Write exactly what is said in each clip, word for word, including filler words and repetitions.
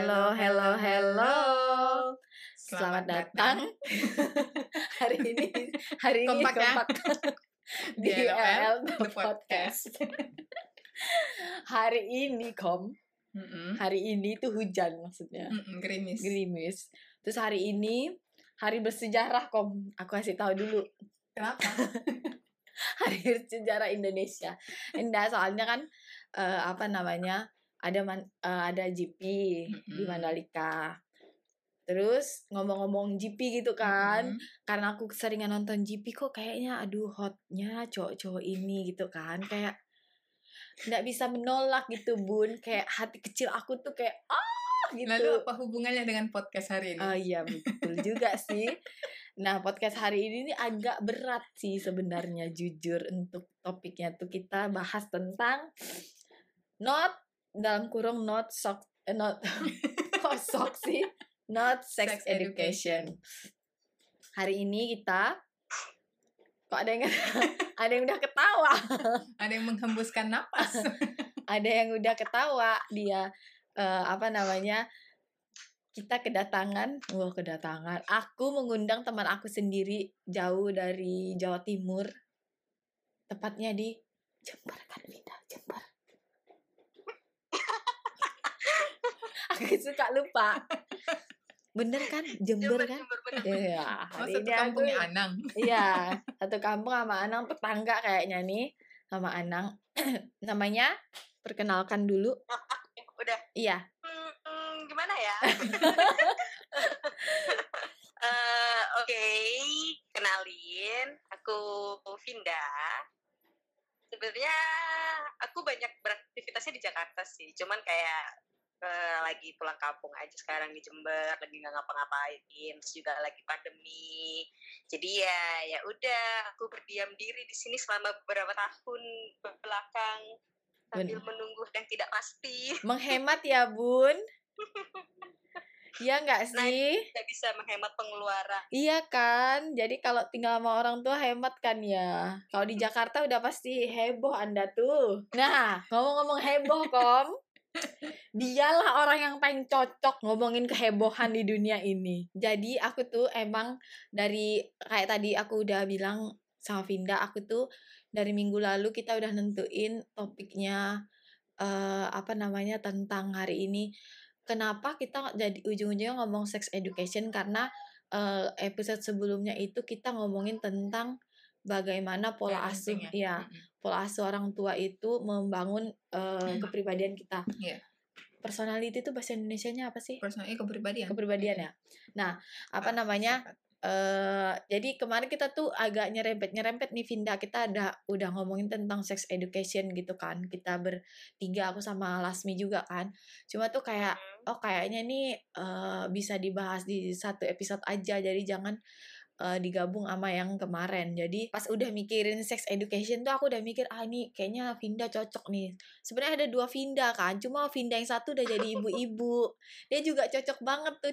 Hello, hello, hello. Selamat, Selamat datang. hari ini, hari ini kompak, kompak di di L L L L The Podcast. hari ini kom, Mm-mm. hari ini tuh hujan maksudnya. Mm-mm, gerimis. Gerimis. Terus hari ini hari bersejarah kom. Aku kasih tahu dulu. Kenapa? Hari bersejarah Indonesia. Enggak, soalnya kan uh, apa namanya? ada man, uh, ada G P mm-hmm. di Mandalika. Terus ngomong-ngomong G P gitu kan, mm-hmm. karena aku seringan nonton G P kok kayaknya aduh hotnya cowok-cowok ini gitu kan, kayak nggak bisa menolak gitu bun, kayak hati kecil aku tuh kayak ah gitu. Lalu apa hubungannya dengan podcast hari ini? Oh iya betul juga sih. Nah podcast hari ini nih agak berat sih sebenarnya, jujur untuk topiknya tuh kita bahas tentang not dalam kurung not sok eh, not kok sok sih not sex, sex education. education. Hari ini kita kok ada yang ada yang udah ketawa, ada yang menghembuskan napas, ada yang udah ketawa dia uh, apa namanya kita kedatangan, wah kedatangan. Aku mengundang teman aku sendiri jauh dari Jawa Timur, tepatnya di Jember kan, Vida, Jember. Aku suka lupa. Bener kan? Jember, Jember kan? Iya. Oh, satu kampungnya aku, Anang. Iya, satu kampung sama Anang, tetangga kayaknya nih sama Anang. Namanya perkenalkan dulu. Oh, udah. Iya. Hmm, hmm, gimana ya? uh, Oke, okay. Kenalin, aku Vinda. Sebenarnya aku banyak beraktivitasnya di Jakarta sih, cuman kayak Uh, lagi pulang kampung aja sekarang di Jember, lagi nggak ngapa-ngapain, terus juga lagi pandemi, jadi ya ya udah aku berdiam diri di sini selama beberapa tahun belakang sambil Bun. menunggu yang tidak pasti. Menghemat ya bun. Iya nggak sih? Nah, nggak bisa menghemat pengeluaran. Iya kan, jadi kalau tinggal sama orang tua hemat kan ya. Kalau di Jakarta udah pasti heboh Anda tuh. Nah ngomong-ngomong heboh kom, dialah orang yang paling cocok ngomongin kehebohan di dunia ini. Jadi aku tuh emang dari kayak tadi aku udah bilang sama Vinda, aku tuh dari minggu lalu kita udah nentuin topiknya uh, apa namanya tentang hari ini. Kenapa kita jadi ujung-ujungnya ngomong sex education, karena uh, episode sebelumnya itu kita ngomongin tentang bagaimana pola ya, asuh ya, ya mm-hmm. pola asuh orang tua itu membangun uh, mm-hmm. kepribadian kita. Yeah. Personality itu bahasa Indonesianya apa sih? Personality kepribadian. Kepribadian mm-hmm. ya. Nah, apa ah, namanya? Uh, jadi kemarin kita tuh agak nyerempet-nyerempet nih Vinda, kita ada udah ngomongin tentang sex education gitu kan. Kita bertiga, aku sama Lasmi juga kan. Cuma tuh kayak oh kayaknya nih uh, bisa dibahas di satu episode aja. Jadi jangan Uh, digabung sama yang kemarin. Jadi pas udah mikirin sex education tuh aku udah mikir ah ini kayaknya Vinda cocok nih. Sebenarnya ada dua Vinda kan, cuma Vinda yang satu udah jadi ibu-ibu. Dia juga cocok banget tuh,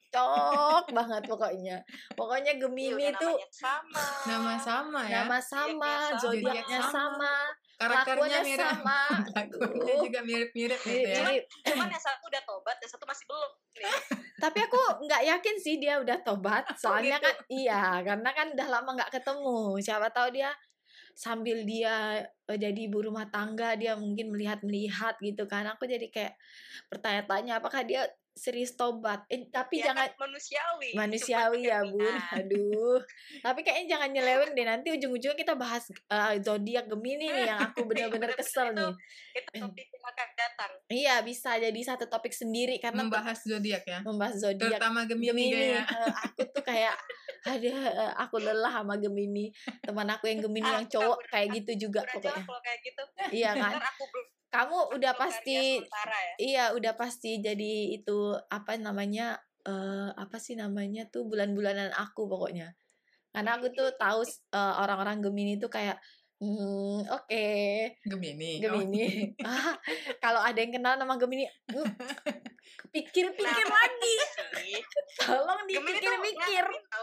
cocok banget pokoknya. Pokoknya Gemini ya, tuh sama. Nama sama ya. Nama sama, zodiaknya sama. sama. Karakternya mirip sama. Lakunya juga mirip-mirip gitu ya. Cuman, cuman yang satu udah tobat, yang satu masih belum nih. Tapi aku nggak yakin sih dia udah tobat. Soalnya gitu. kan iya, karena kan udah lama nggak ketemu. Siapa tahu dia sambil dia uh, jadi ibu rumah tangga, dia mungkin melihat-melihat gitu kan. Aku jadi kayak bertanya-tanya apakah dia serius tobat. Eh, tapi ya, jangan kan manusiawi. Manusiawi ya, Bun. Aduh. Tapi kayaknya jangan nyeleweng deh, nanti ujung-ujungnya kita bahas uh, zodiak Gemini nih yang aku benar-benar kesel nih. Itu topik yang akan datang. Iya, bisa jadi satu topik sendiri karena membahas zodiak ya. Membahas zodiak. Terutama Gemini, Gemini. Ya. Uh, aku tuh kayak ada uh, aku lelah sama Gemini. Teman aku yang Gemini yang cowok ah, kayak gitu juga pokoknya. Kayak gitu. Iya kan? Aku belum kamu udah pasti ya. Iya udah pasti jadi itu apa namanya uh, apa sih namanya tuh bulan-bulanan aku pokoknya, karena aku tuh tahu uh, orang-orang Gemini tuh kayak hmm, oke okay. Gemini Gemini oh. ah, kalau ada yang kenal nama Gemini uh, pikir-pikir lagi tolong dipikir-pikir.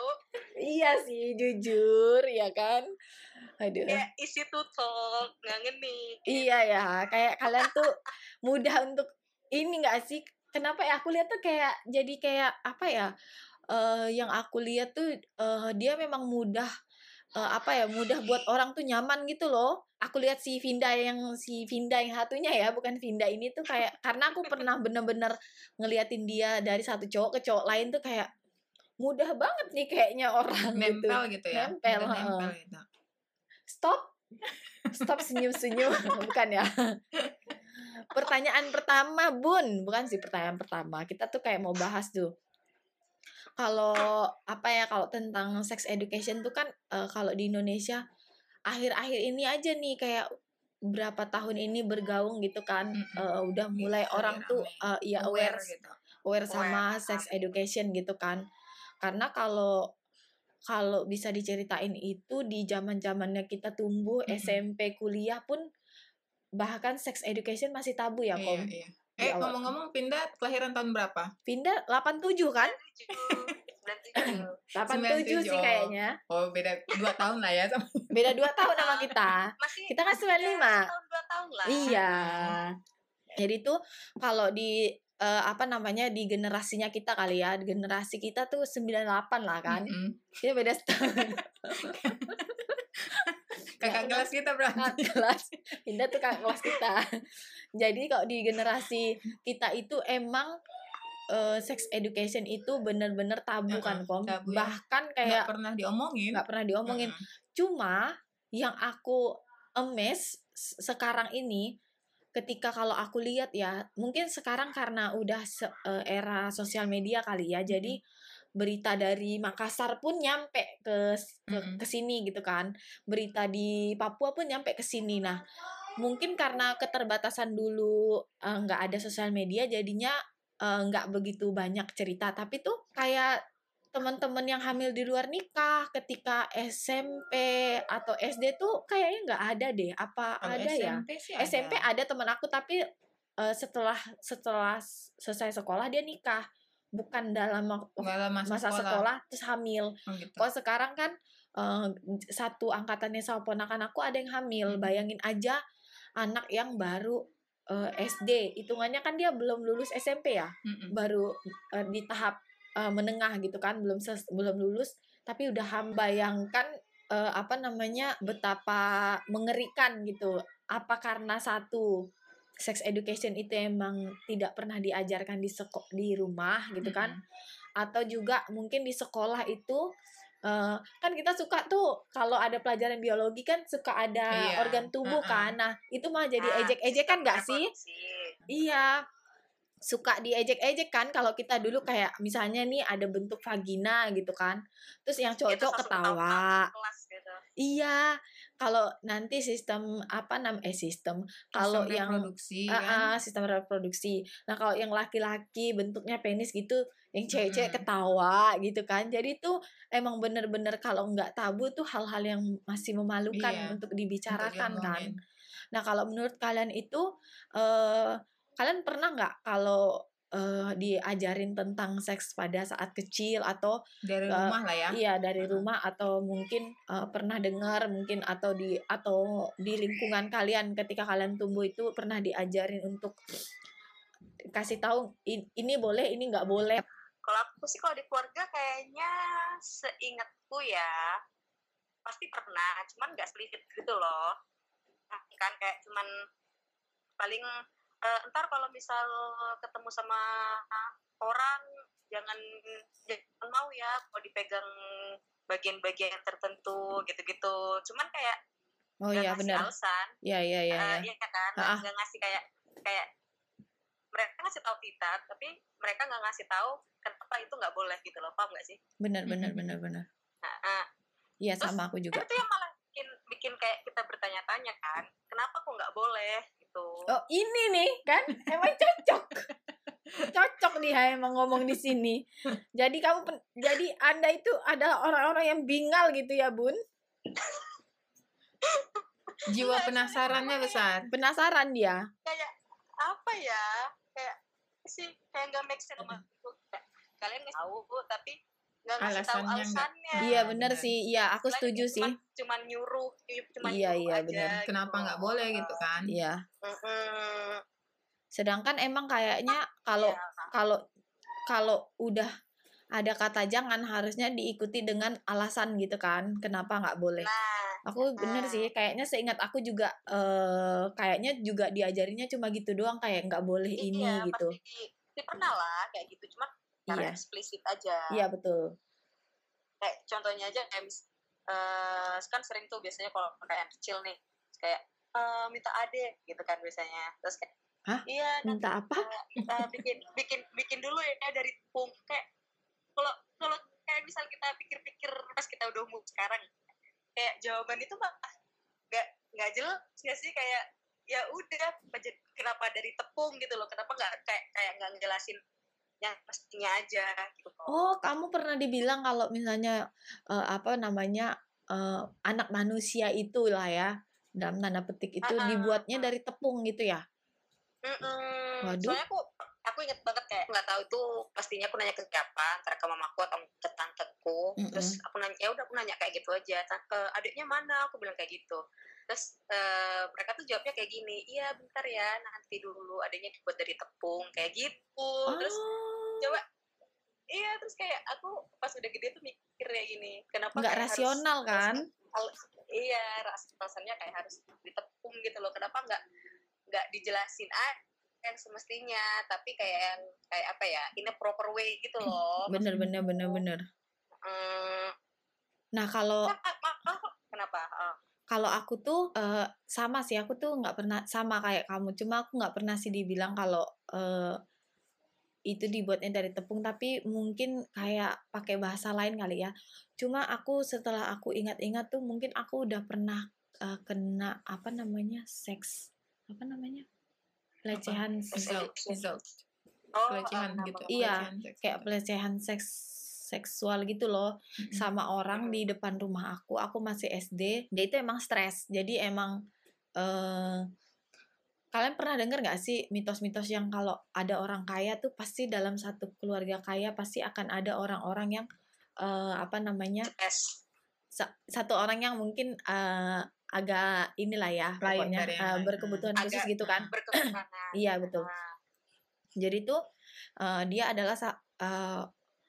Iya sih jujur ya kan. Aduh. Ya isi tutup ngangenin. Iya ya, kayak kalian tuh mudah untuk ini nggak sih kenapa ya aku lihat tuh kayak jadi kayak apa ya? Uh, yang aku lihat tuh uh, dia memang mudah uh, apa ya mudah buat orang tuh nyaman gitu loh. Aku lihat si Vinda yang si Vinda yang satunya ya, bukan Vinda ini tuh kayak karena aku pernah bener-bener ngeliatin dia dari satu cowok ke cowok lain tuh kayak mudah banget nih kayaknya orang nempel gitu, gitu ya, nempel, mudah nempel gitu. Stop, stop senyum-senyum, bukan ya? Pertanyaan pertama, Bun, bukan sih pertanyaan pertama. Kita tuh kayak mau bahas tuh. Kalau apa ya kalau tentang sex education tuh kan uh, kalau di Indonesia akhir-akhir ini aja nih kayak berapa tahun ini bergaung gitu kan, mm-hmm. uh, udah mulai gitu, orang tuh uh, ya aware aware, gitu. aware sama aware. sex education gitu kan. Karena kalau kalau bisa diceritain itu di zaman-zamannya kita tumbuh, mm-hmm. S M P, kuliah pun bahkan sex education masih tabu ya, Kom. Iya, iya. Eh, ngomong-ngomong, Vinda kelahiran tahun berapa? Vinda delapan tujuh kan? delapan tujuh sih kayaknya. Oh, beda dua tahun lah ya. Beda dua tahun sama kita. Masih kita kan sembilan puluh lima. Tahun dua tahun lah. Iya. Jadi tuh kalau di uh, apa namanya di generasinya kita kali ya, di generasi kita tuh sembilan puluh delapan lah kan. Mm-hmm. Dia beda setahun. Kakak kelas kita berarti. Kakak kelas. Indah tuh kakak kelas kita. Jadi kalau di generasi kita itu emang uh, sex education itu benar-benar tabu uh-uh, kan, Kom. Tabu, bahkan kayak nggak pernah diomongin. Nggak pernah diomongin. Uh-uh. Cuma yang aku amazed sekarang ini ketika kalau aku lihat ya, mungkin sekarang karena udah se- uh, era sosial media kali ya. Jadi berita dari Makassar pun nyampe ke ke, ke sini gitu kan. Berita di Papua pun nyampe ke sini. Nah, mungkin karena keterbatasan dulu nggak uh, ada sosial media jadinya nggak uh, begitu banyak cerita. Tapi tuh kayak teman-teman yang hamil di luar nikah ketika S M P atau S D tuh kayaknya nggak ada deh. Apa oh, ada S M P ya? Sih ada. S M P ada teman aku tapi uh, setelah setelah selesai sekolah dia nikah. Bukan dalam masa, masa sekolah. sekolah terus hamil. Oh, gitu. Kalau sekarang kan uh, satu angkatannya sama ponakan aku ada yang hamil. Hmm. Bayangin aja anak yang baru uh, S D, hitungannya kan dia belum lulus S M P ya, hmm. baru uh, di tahap uh, menengah gitu kan, belum ses- belum lulus, tapi udah ham. Bayangkan uh, apa namanya betapa mengerikan gitu. Apa karena satu sex education itu emang tidak pernah diajarkan di seko- di rumah gitu kan, mm-hmm. atau juga mungkin di sekolah itu uh, kan kita suka tuh kalau ada pelajaran biologi kan suka ada iya. organ tubuh uh-uh. kan, nah itu mah jadi ah, ejek-ejekan nggak sih? Iya, suka diejek-ejek kan kalau kita dulu kayak misalnya nih ada bentuk vagina gitu kan, terus yang cowok-cowok ketawa. Gitu. Iya, kalau nanti sistem apa nam eh sistem kalau yang reproduksi uh, kan? uh, sistem reproduksi. Nah kalau yang laki-laki bentuknya penis gitu, yang cewek-cewek mm-hmm. ketawa gitu kan. Jadi tuh emang bener-bener kalau nggak tabu tuh hal-hal yang masih memalukan iya, untuk dibicarakan untuk kan. Nah kalau menurut kalian itu uh, kalian pernah nggak kalau uh, diajarin tentang seks pada saat kecil atau dari uh, rumah lah ya? Iya dari uh-huh. rumah atau mungkin uh, pernah dengar mungkin atau di atau di lingkungan kalian ketika kalian tumbuh itu pernah diajarin untuk kasih tahu ini boleh ini nggak boleh. Kalau aku sih kalau di keluarga kayaknya seingatku ya pasti pernah, cuman nggak selidik gitu loh. Kan kayak cuman paling Uh, ntar kalau misal ketemu sama orang jangan jangan mau ya kalau dipegang bagian-bagian tertentu gitu-gitu. Cuman kayak oh iya benar. Alasan. Iya iya iya. Uh, iya kan, ah. nggak ngasih kayak kayak mereka ngasih tahu kita, tapi mereka nggak ngasih tahu kenapa itu nggak boleh gitu loh, paham nggak sih? Benar benar benar benar. Iya uh, sama aku juga. Itu yang malah bikin bikin kayak kita bertanya-tanya kan, kenapa kok nggak boleh? Oh ini nih kan emang cocok cocok nih emang ngomong di sini. Jadi kamu pen- jadi Anda itu adalah orang-orang yang bingal gitu ya Bun. Jiwa penasarannya besar. Penasaran dia. Kayak apa ya? Kayak sih kayak nggak make sense sama aku. Kalian nggak tahu tapi nggak ngasih tahu alasannya. Iya benar sih, iya aku setuju sih. Cuman, cuman nyuruh, cuman iya nyuruh iya aja. Benar. Gitu. Kenapa nggak boleh gitu kan? Iya. Mm-hmm. Sedangkan emang kayaknya kalau ya, kalau kalau udah ada kata jangan harusnya diikuti dengan alasan gitu kan, kenapa nggak boleh. Nah, Aku bener nah, sih, kayaknya seingat aku juga eh kayaknya juga diajarinnya cuma gitu doang, kayak nggak boleh iya ini gitu. pasti pasti pernah lah kayak gitu, cuma cara Iya, eksplisit aja. iya betul. Kayak contohnya aja kayak mis, eh, kan sering tuh biasanya kalau kayak anak kecil nih kayak eh, minta ade gitu kan biasanya, terus kayak Hah? iya nanti Minta apa? eh, eh, bikin bikin bikin dulu ya dari tepung. Kayak kalau kalau kayak misal kita pikir-pikir pas kita udah umur sekarang, kayak jawaban itu mah nggak nggak jelas nggak sih, kayak ya udah kenapa dari tepung gitu loh, kenapa nggak kayak kayak nggak ngejelasin yang pastinya aja gitu loh. Oh, kamu pernah dibilang kalau misalnya eh, apa namanya eh, anak manusia itulah ya, dalam tanda petik itu Ah, ah, dibuatnya ah. dari tepung gitu ya? Mm-mm. Waduh. Soalnya aku aku inget banget kayak nggak tahu itu pastinya aku nanya ke siapa, antara ke mamaku atau ke tanteku. Mm-mm. Terus aku nanya, ya udah aku nanya kayak gitu aja. "Ta- eh, adiknya mana?" Aku bilang kayak gitu. Terus eh, mereka tuh jawabnya kayak gini, iya bentar ya nanti dulu, adiknya dibuat dari tepung kayak gitu. Terus Oh, coba iya, terus kayak aku pas udah gede tuh mikir kayak gini, kenapa nggak kayak rasional harus kan? al- iya ras- alasannya kayak harus ditepung gitu loh, kenapa nggak nggak dijelasin ah yang semestinya, tapi kayak yang kayak apa ya, in a proper way gitu loh. Bener bener bener bener. Hmm, Nah kalau ah, ah, ah, ah, kenapa? Ah, kalau aku tuh eh, sama sih, aku tuh nggak pernah sama kayak kamu, cuma aku nggak pernah sih dibilang kalau eh, itu dibuatnya dari tepung, tapi mungkin kayak pakai bahasa lain kali ya. Cuma aku setelah aku ingat-ingat tuh mungkin aku udah pernah eh, kena apa namanya seks apa namanya pelecehan Apa? seks. Result, result. oh, Pelecehan ah, gitu. Iya, Pelecehan seks kayak gitu. pelecehan seks seksual gitu loh Mm-mm. sama orang di depan rumah aku. Aku masih S D. Dia itu emang stres. Jadi emang eh kalian pernah dengar nggak sih mitos-mitos yang kalau ada orang kaya tuh pasti dalam satu keluarga kaya pasti akan ada orang-orang yang eh, apa namanya S. sa- satu orang yang mungkin eh, agak inilah ya Lain pokoknya dari yang eh, lain. berkebutuhan khusus Agak gitu kan. berkekurangan. Iya betul. Ah, Jadi tuh eh, dia adalah sa- eh,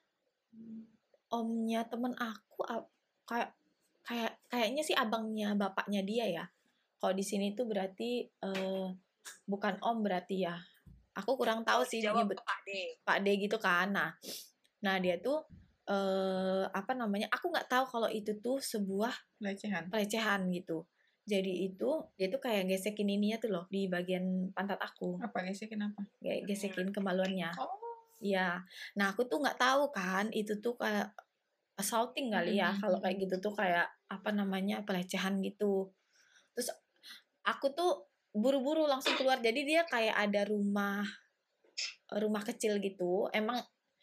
omnya temen aku ap- kayak kayak kayaknya sih abangnya bapaknya dia ya. Kalau di sini tuh berarti eh, bukan om berarti ya. Aku kurang tahu kalau sih dijawab nyebut Pak D. Pak D gitu kan. Nah, nah dia tuh eh apa namanya? Aku nggak tahu kalau itu tuh sebuah Pelecehan. pelecehan gitu. Jadi itu dia tuh kayak gesekin ininya tuh loh di bagian pantat aku, Apa sih kenapa? kayak gesekin kemaluannya. Oh. Iya. Nah, aku tuh nggak tahu kan itu tuh kayak assaulting kali ya. Mm-mm. Kalau kayak gitu tuh kayak apa namanya? Pelecehan gitu. Terus aku tuh buru-buru langsung keluar. Jadi dia kayak ada rumah rumah kecil gitu. Emang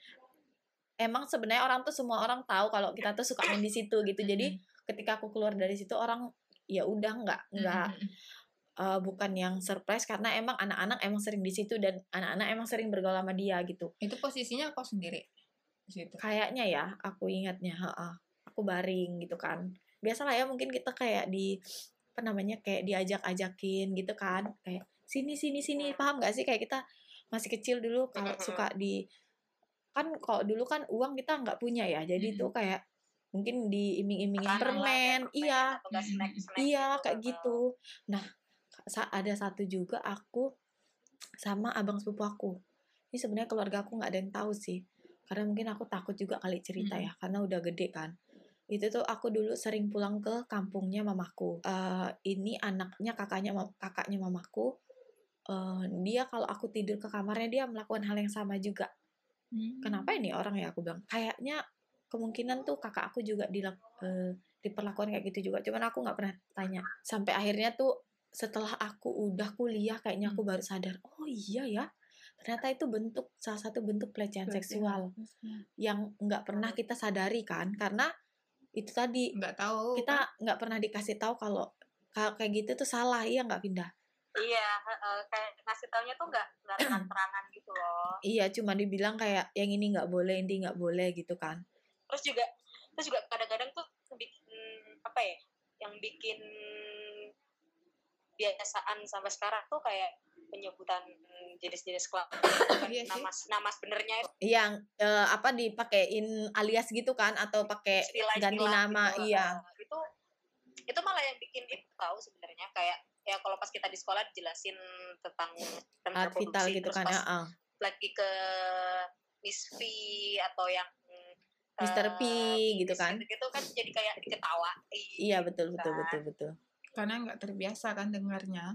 emang sebenarnya orang tuh semua orang tahu kalau kita tuh suka main di situ gitu. Jadi Mm-mm. ketika aku keluar dari situ orang ya udah nggak nggak Mm-mm. eh, bukan yang surprise karena emang anak-anak emang sering di situ dan anak-anak emang sering bergaul sama dia gitu. Itu posisinya kau sendiri di situ. Kayaknya ya, aku ingatnya, heeh. Aku baring gitu kan. Biasalah ya mungkin kita kayak di apa namanya kayak diajak-ajakin gitu kan. Kayak sini sini sini, paham gak sih kayak kita masih kecil dulu kalau suka di kan kalau dulu kan uang kita nggak punya ya. Jadi Mm-mm. tuh kayak mungkin diiming-imingin Makanan lah, kayak permen, iya. atau nggak snack-snack Iya, gitu. kayak gitu. Nah, sa- ada satu juga aku sama abang sepupu aku. Ini sebenarnya keluarga aku nggak ada yang tahu sih. Karena mungkin aku takut juga kali cerita ya, karena udah gede kan. Itu tuh aku dulu sering pulang ke kampungnya mamaku. Eh, ini anaknya kakaknya mam- kakaknya mamaku. Eh, dia kalau aku tidur ke kamarnya dia melakukan hal yang sama juga. Hmm. Kenapa ini orang ya, aku bilang. Kayaknya kemungkinan tuh kakak aku juga dilak, eh, diperlakukan kayak gitu juga. Cuman aku nggak pernah tanya. Sampai akhirnya tuh setelah aku udah kuliah kayaknya aku baru sadar. Oh iya ya. Ternyata itu bentuk salah satu bentuk pelecehan seksual yang nggak pernah kita sadari kan, karena itu tadi Nggak tahu kita kan? nggak pernah dikasih tahu kalau kalau kayak gitu tuh salah, iya nggak Pindah? Iya, heeh, kayak ngasih taunya tuh nggak nggak terang-terangan gitu loh. Iya, cuma dibilang kayak yang ini nggak boleh, ini nggak boleh gitu kan. Terus juga terus juga kadang-kadang tuh bikin apa ya? Yang bikin biasaan sampai sekarang tuh kayak penyebutan jenis-jenis kelamin Iya sih. nama nama sebenarnya yang eh, apa dipakein alias gitu kan atau pakai istilah-istilah ganti nama, gitu. iya. Uh, itu itu malah yang bikin itu tahu sebenarnya kayak ya kalau pas kita di sekolah dijelasin tentang tentang Art vital reproduksi, gitu terus kan pas ya. ah. lagi ke Miss V atau yang Mister P uh, gitu kan. gitu kan jadi kayak diketawain. Iya betul betul kan. betul betul. Karena nggak terbiasa kan dengarnya.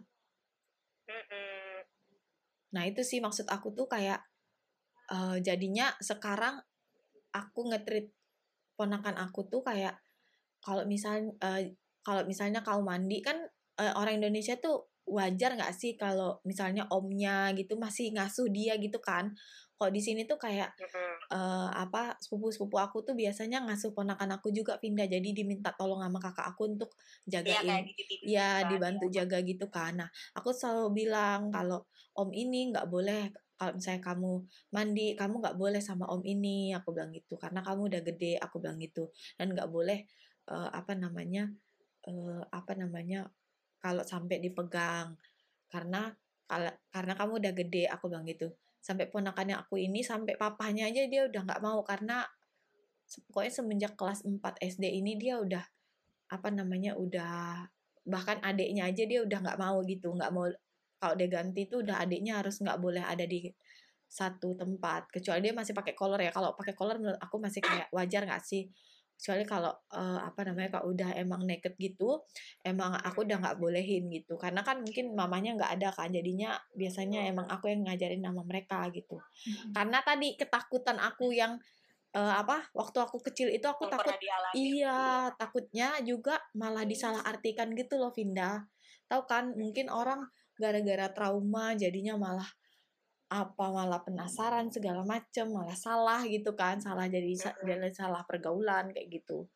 Mm-mm. Nah itu sih maksud aku tuh kayak uh, jadinya sekarang aku nge-treat ponakan aku tuh kayak kalau misalnya uh, kalau misalnya kau mandi kan uh, orang Indonesia tuh wajar nggak sih kalau misalnya omnya gitu masih ngasuh dia gitu kan. Kalau di sini tuh kayak uh, apa sepupu-sepupu aku tuh biasanya ngasuh ponakan aku juga pindah, jadi diminta tolong sama kakak aku untuk jagain, ya, ya dibantu ya. Jaga gitu kan. Nah aku selalu bilang kalau om ini nggak boleh, kalau misalnya kamu mandi kamu nggak boleh sama om ini, aku bilang gitu, karena kamu udah gede, aku bilang gitu, dan nggak boleh uh, apa namanya uh, apa namanya kalau sampai dipegang, karena kalau karena kamu udah gede, aku bilang gitu. Sampai ponakannya aku ini sampai papahnya aja dia udah nggak mau, karena pokoknya semenjak kelas empat S D ini dia udah apa namanya udah, bahkan adiknya aja dia udah nggak mau gitu, nggak mau kalau dia ganti tuh udah adiknya harus nggak boleh ada di satu tempat, kecuali dia masih pakai collar ya. Kalau pakai collar menurut aku masih kayak wajar nggak sih, kecuali kalau uh, apa namanya kalau udah emang naked gitu emang aku udah nggak bolehin gitu, karena kan mungkin mamanya nggak ada kan, jadinya biasanya emang aku yang ngajarin nama mereka gitu. Mm-hmm. Karena tadi ketakutan aku yang uh, apa waktu aku kecil itu aku yang takut, iya takutnya juga malah disalahartikan gitu loh Vinda, tahu kan mungkin orang gara-gara trauma jadinya malah apa malah penasaran segala macem, malah salah gitu kan, salah jadi jadi salah pergaulan kayak gitu.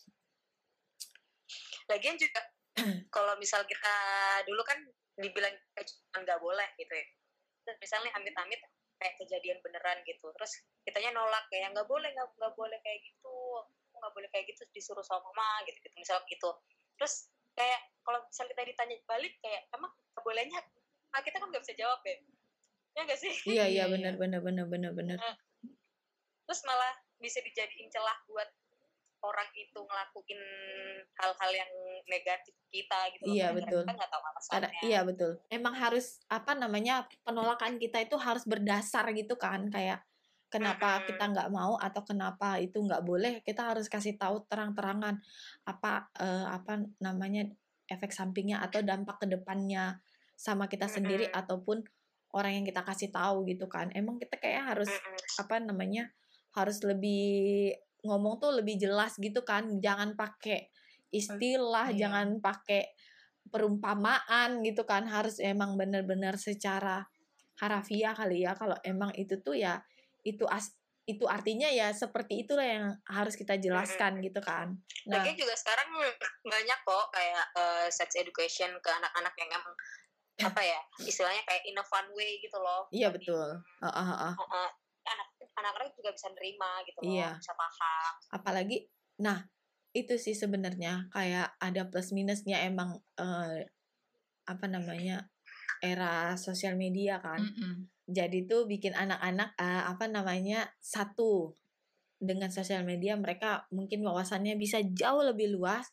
Lagian juga kalau misal kita dulu kan dibilang nggak boleh gitu ya, terus misalnya amit-amit kayak kejadian beneran gitu, terus kitanya nolak kayak nggak boleh nggak nggak boleh kayak gitu, nggak boleh kayak gitu, disuruh sama mama gitu gitu misal gitu. Terus kayak kalau misal kita ditanya balik kayak emang nggak bolehnya, nah, kita kan nggak bisa jawab ya. Ya nggak sih? Iya iya benar benar benar benar benar. Terus malah bisa dijadiin celah buat orang itu ngelakuin hal-hal yang negatif kita gitu. Iya betul. Kita nggak tahu alasannya. Iya betul. Emang harus apa namanya penolakan kita itu harus berdasar gitu kan, kayak kenapa hmm. kita nggak mau atau kenapa itu nggak boleh, kita harus kasih tahu terang-terangan apa eh, apa namanya efek sampingnya atau dampak kedepannya sama kita sendiri hmm. ataupun orang yang kita kasih tahu gitu kan. Emang kita kayak harus apa namanya harus lebih ngomong tuh lebih jelas gitu kan, jangan pakai istilah, iya. jangan pakai perumpamaan gitu kan, harus emang benar-benar secara harafiah kali ya. Kalau emang itu tuh ya itu as itu artinya ya seperti itulah yang harus kita jelaskan gitu kan. Nah, lagi juga sekarang banyak kok kayak uh, sex education ke anak-anak yang emang apa ya istilahnya kayak in a fun way gitu loh. Iya betul. Uh, uh, uh. Uh, anak anak-anak juga bisa nerima gitu loh, iya. bisa paham. Apalagi, nah itu sih sebenarnya kayak ada plus minusnya emang uh, apa namanya era sosial media kan. Mm-mm. Jadi tuh bikin anak-anak uh, apa namanya satu dengan sosial media mereka mungkin wawasannya bisa jauh lebih luas.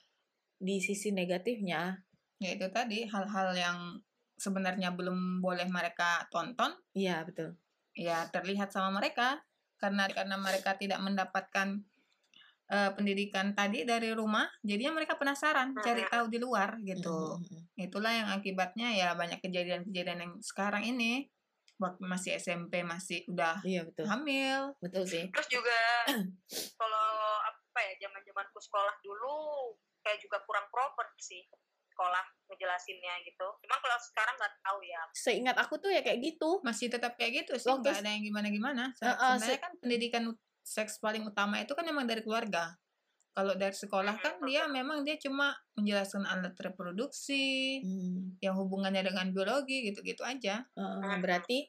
Di sisi negatifnya ya itu tadi hal-hal yang sebenarnya belum boleh mereka tonton, iya betul, ya terlihat sama mereka karena karena mereka tidak mendapatkan uh, pendidikan tadi dari rumah, jadinya mereka penasaran cari tahu di luar gitu. Mm-hmm. Itulah yang akibatnya ya banyak kejadian-kejadian yang sekarang ini waktu masih S M P masih udah iya, betul. hamil, betul sih. Terus juga kalau apa ya zaman-zamanku sekolah dulu kayak juga kurang proper sih sekolah ngejelasinnya gitu. Cuma kalau sekarang nggak tahu ya. Seingat aku tuh ya kayak gitu. Masih tetap kayak gitu sih, nggak ada yang gimana-gimana. Se- uh, uh, sebenarnya se- kan pendidikan seks paling utama itu kan memang dari keluarga. Kalau dari sekolah kan hmm, dia memang dia cuma menjelaskan alat reproduksi, hmm. yang hubungannya dengan biologi gitu-gitu aja. Uh, berarti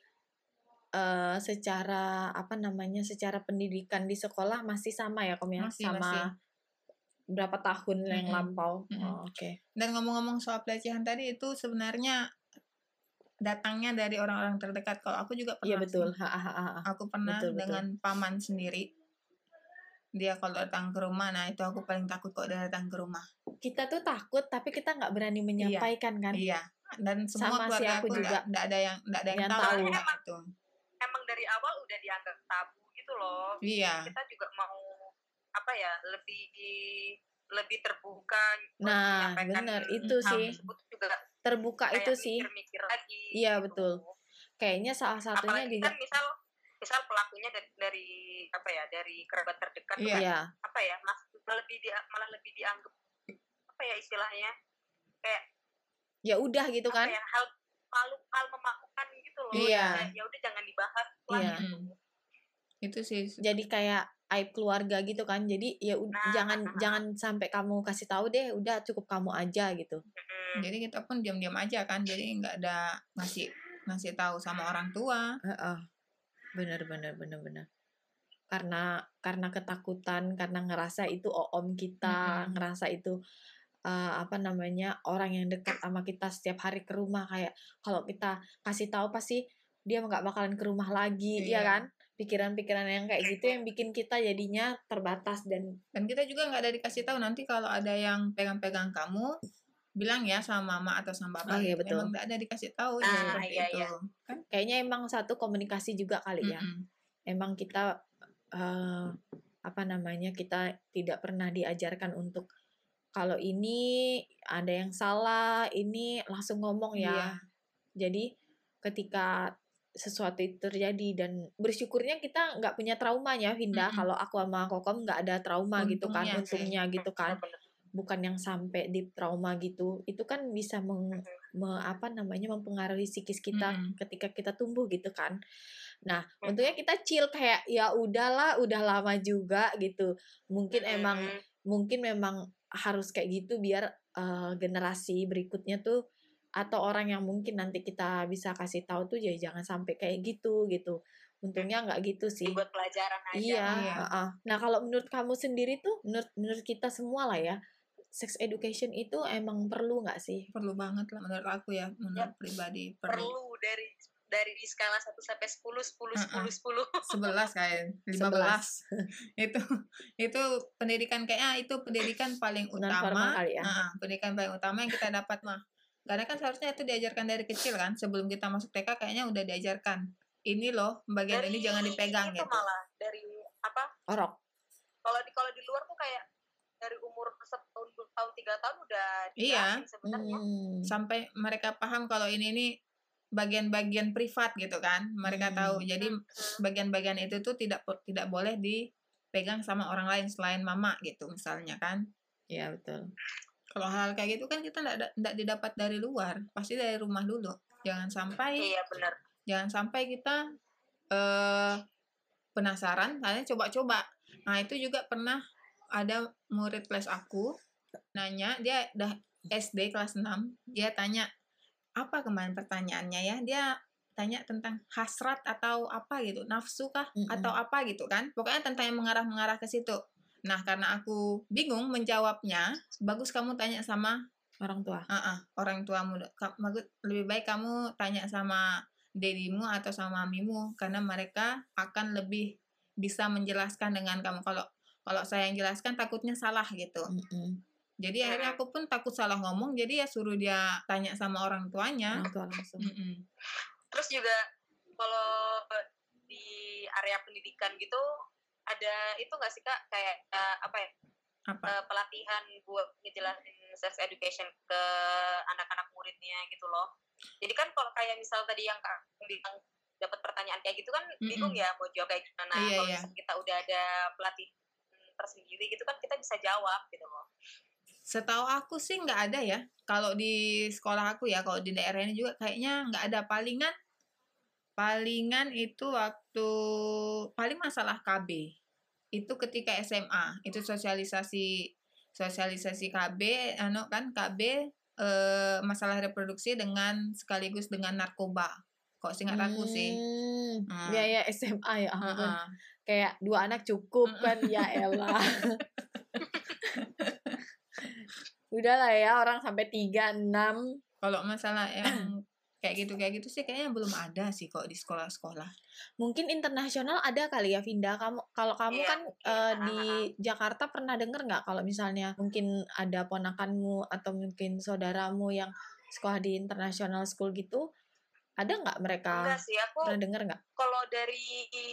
uh, secara apa namanya secara pendidikan di sekolah masih sama ya, Kom ya? Masih, sama masih. Berapa tahun yang mm-hmm. lampau. Mm-hmm. Oh, oke. Okay. Dan ngomong-ngomong soal pelecehan tadi itu sebenarnya datangnya dari orang-orang terdekat. Kalau aku juga Iya pernah betul. sih. Ha, ha, ha, ha. Aku pernah Betul, betul. dengan paman sendiri. Dia kalau datang ke rumah, nah itu aku paling takut kalau dia datang ke rumah. Kita tuh takut tapi kita nggak berani menyampaikan kan. Iya. Dan semua Sama sih keluarga aku aku juga. nggak ada yang nggak ada yang, Yang tahu tahu. tentang itu. Emang dari awal udah dianggap tabu gitu loh. Iya. Kita juga mau apa ya, lebih lebih terbuka buat Nah, menyampaikan bener itu hal sih. tersebut juga Terbuka kayak itu sih. mikir-mikir lagi. Iya, gitu. betul. Kayaknya salah satunya Apalagi juga. kan misal misal pelakunya dari, dari apa ya, dari kerabat terdekat tuh Iya. kan, Iya. apa ya, mas malah lebih dia malah lebih dianggap apa ya istilahnya, kayak Ya udah gitu apa kan. ya, hal malu hal memalukan gitu loh. Iya. Kayak, ya udah jangan dibahas lah Iya. gitu. Itu sih. Jadi kayak aib keluarga gitu kan. Jadi ya ud- Nah, jangan nah, nah. jangan sampai kamu kasih tahu deh, udah cukup kamu aja gitu. Mm-mm. Jadi kita pun diam-diam aja kan. Jadi nggak ada ngasih ngasih tahu sama orang tua. Heeh. Bener bener bener bener. Karena karena ketakutan, karena ngerasa itu om kita, Mm-mm. ngerasa itu eh, apa namanya, orang yang dekat sama kita setiap hari ke rumah, kayak kalau kita kasih tahu pasti dia nggak bakalan ke rumah lagi, Iya. ya kan? Pikiran-pikiran yang kayak gitu yang bikin kita jadinya terbatas dan Dan kita juga nggak ada dikasih tahu, nanti kalau ada yang pegang-pegang kamu, bilang ya sama mama atau sama Oh, bapak. iya, gitu. betul. Memang nggak ada dikasih tahu Ah, ya seperti iya, itu. iya. Kan? kayaknya emang satu komunikasi juga kali ya. Mm-mm. Emang kita eh, apa namanya, kita tidak pernah diajarkan untuk kalau ini ada yang salah, ini langsung ngomong ya. Iya. Jadi ketika sesuatu itu terjadi dan bersyukurnya kita nggak punya traumanya, Vinda. Mm-mm. Kalau aku sama Kokom nggak ada trauma gitu kan, Untungnya sih. untungnya gitu kan. Bener-bener. Bukan yang sampai di trauma gitu. Itu kan bisa meng, me- apa namanya, mempengaruhi psikis kita Mm-mm. ketika kita tumbuh gitu kan. Nah, Mm-mm. untungnya kita chill kayak ya udahlah, udah lama juga gitu. Mungkin emang Mm-mm. mungkin memang harus kayak gitu biar eh, generasi berikutnya tuh atau orang yang mungkin nanti kita bisa kasih tahu tuh ya jangan sampai kayak gitu gitu. Untungnya nggak gitu sih. Dibuat pelajaran aja. Iya. Iya. uh-uh. Nah kalau menurut kamu sendiri tuh, menurut menurut kita semua lah ya, sex education itu emang perlu nggak sih? Perlu banget lah menurut aku ya, menurut Ya, pribadi perlu. Perlu dari dari di skala satu sampai sepuluh, sepuluh, sepuluh, Uh-uh. sepuluh. sebelas kayak lima belas itu itu pendidikan kayaknya itu pendidikan paling Non-formal utama. kali ya. Nah, pendidikan paling utama yang kita dapat mah, karena kan seharusnya itu diajarkan dari kecil kan, sebelum kita masuk T K kayaknya udah diajarkan ini loh bagian Dari ini jangan dipegang itu gitu. malah dari apa? Orok. Kalau di kalau di luar tuh kayak dari umur setahun, dua tahun, tiga tahun udah Iya. dijelasin sebenarnya. Hmm. Sampai mereka paham kalau ini nih bagian-bagian privat gitu kan, mereka Hmm. tahu. Jadi Hmm. bagian-bagian itu tuh tidak tidak boleh dipegang sama orang lain selain mama gitu misalnya kan. Iya betul. Kalau hal kayak gitu kan kita nggak nggak didapat dari luar, pasti dari rumah dulu. Jangan sampai Iya benar. jangan sampai kita eh penasaran, kalian coba-coba. Nah itu juga pernah ada murid kelas aku nanya, dia udah S D kelas enam, dia tanya apa kemarin pertanyaannya ya, dia tanya tentang hasrat atau apa gitu, nafsu kah Mm-mm. atau apa gitu kan, pokoknya tentang yang mengarah-mengarah ke situ. Nah karena aku bingung menjawabnya, bagus kamu tanya sama Orang tua. uh-uh, orang tuamu. Ka- bagus, lebih baik kamu tanya sama dedimu atau sama mamimu, karena mereka akan lebih bisa menjelaskan dengan kamu. Kalau kalau saya yang jelaskan takutnya salah gitu. Mm-mm. Jadi akhirnya aku pun takut salah ngomong, jadi ya suruh dia tanya sama orang tuanya. Orang tua langsung. Mm-mm. Terus juga kalau di area pendidikan gitu ada itu nggak sih Kak, kayak uh, apa ya, Apa? uh, pelatihan buat ngejelasin sex education ke anak-anak muridnya gitu loh. Jadi kan kalau kayak misal tadi yang Kak bilang dapat pertanyaan kayak gitu kan Mm-mm. bingung ya mau jawab kayak gimana. Iya, Kalau iya. misalnya kita udah ada pelatihan tersendiri gitu kan kita bisa jawab gitu loh. Setahu aku sih nggak ada ya. Kalau di sekolah aku ya, kalau di daerah ini juga kayaknya nggak ada. Palingan, palingan itu waktu paling masalah K B. Itu ketika S M A, itu sosialisasi sosialisasi K B, anu kan K B eh, masalah reproduksi dengan sekaligus dengan narkoba. Kok singkat aku sih. Hmm. Hmm. Ya ya S M A ya ampun. Heeh. Kayak dua anak cukup kan, ya elah. Udahlah ya, orang sampai tiga, enam. Kalau masalah yang kayak gitu kayak gitu sih kayaknya belum ada sih kok di sekolah-sekolah. Mungkin internasional ada kali ya, Vinda. Kamu kalau kamu Iya, kan mungkin. eh, Ah, di ah, ah. Jakarta pernah denger nggak kalau misalnya mungkin ada ponakanmu atau mungkin saudaramu yang sekolah di international school gitu, ada nggak mereka Enggak sih, aku pernah denger nggak? kalau dari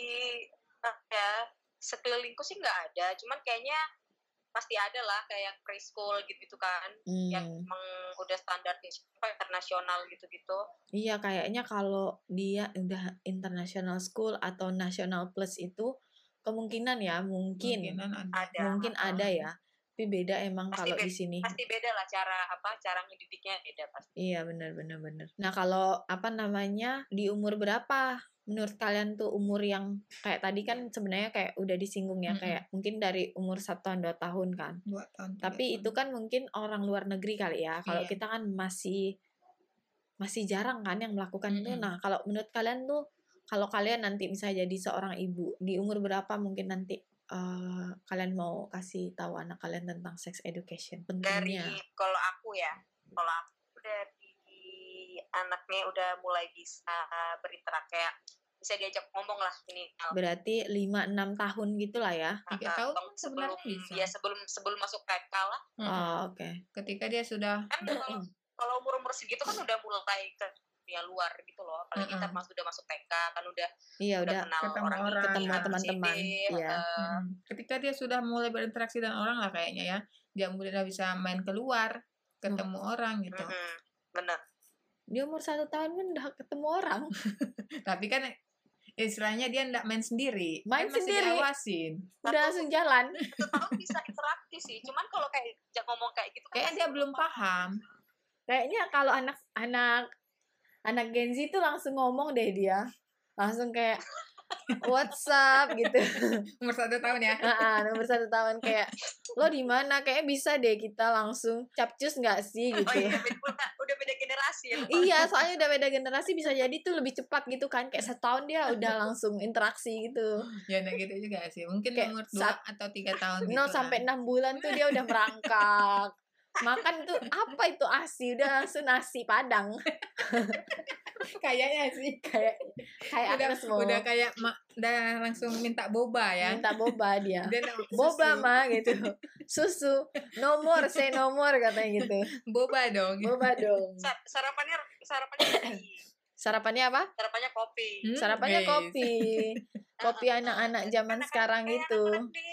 apa ya sekelilingku sih nggak ada, cuman kayaknya pasti ada lah kayak yang preschool gitu-gitu kan, yang Hmm. emang udah standar internasional gitu-gitu. Iya, kayaknya kalau dia udah international school atau national plus itu kemungkinan ya, mungkin Kemungkinan ada. Ada. mungkin ah, ada ya. Tapi beda emang Pasti kalau be- di sini. Pasti beda lah cara apa cara ngedidiknya beda pasti. Iya, benar benar benar. Nah, kalau apa namanya di umur berapa menurut kalian tuh umur yang kayak tadi kan sebenarnya kayak udah disinggung ya, Mm-mm. kayak mungkin dari umur satu tahun dua tahun kan. Dua tahun. tiga Tapi tahun. itu kan mungkin orang luar negeri kali ya. Kalau Iya. kita kan masih masih jarang kan yang melakukan itu. Mm-mm. Nah, kalau menurut kalian tuh kalau kalian nanti misalnya jadi seorang ibu di umur berapa mungkin nanti eh, kalian mau kasih tahu anak kalian tentang sex education Dari pentingnya? kalau aku ya, kalau aku dari anaknya udah mulai bisa berinteraksi kayak bisa diajak ngomong lah ini. Berarti lima enam tahun gitulah ya. Tiga uh, tahun sebelum sebenarnya bisa. ya sebelum sebelum masuk T K lah. Mm-mm. Oh, oke. Ketika dia sudah Kan kalau kalau umur umur segitu kan udah mulai ke dunia luar gitu loh. Apalagi Mm-mm. ntar mas udah masuk T K kan udah Iya udah udah kenal ketemu orang, orang, ini, ketemu A, B, C, D, teman-teman. Iya. uh, Hmm. Ketika dia sudah mulai berinteraksi dengan orang lah kayaknya ya, dia udah bisa main keluar, ketemu orang gitu. mm-mm, bener. Di umur satu tahun kan udah ketemu orang. Tapi kan istilahnya dia nggak main sendiri, Main kan masih sendiri. diawasin. Udah langsung jalan. Satu tahun bisa interaksi sih. Cuman kalau kayak ajak ngomong kayak gitu kan Kayaknya masih dia belum paham. Kayaknya kalau anak anak anak Gen Z tuh langsung ngomong deh dia. Langsung kayak what's up gitu. Umur satu tahun ya. Ah, nomor satu tahun kayak lo di mana? Kayaknya bisa deh kita langsung capcus nggak sih Oh gitu. iya, beda, udah, udah beda generasi ya. Iya, soalnya udah beda generasi bisa jadi tuh lebih cepat gitu kan. Kayak setahun dia udah langsung interaksi gitu. Ya nah gitu juga sih. Mungkin Kayak umur dua atau tiga tahun gitu. nol sampai enam bulan tuh dia udah merangkak. Makan tuh apa itu ASI? Udah langsung nasi Padang. Kayaknya sih. Kayak kayak Udah, Agnes mau udah kayak mak, udah langsung minta boba ya. minta boba dia. Dia nggak mau Boba susu. mah gitu. Susu. No more, say no more katanya gitu. Boba dong. Boba dong. Sa- sarapannya sarapannya kopi. Sarapannya apa? Sarapannya kopi. Hmm, Sarapannya guys. kopi. Kopi anak-anak zaman sekarang itu.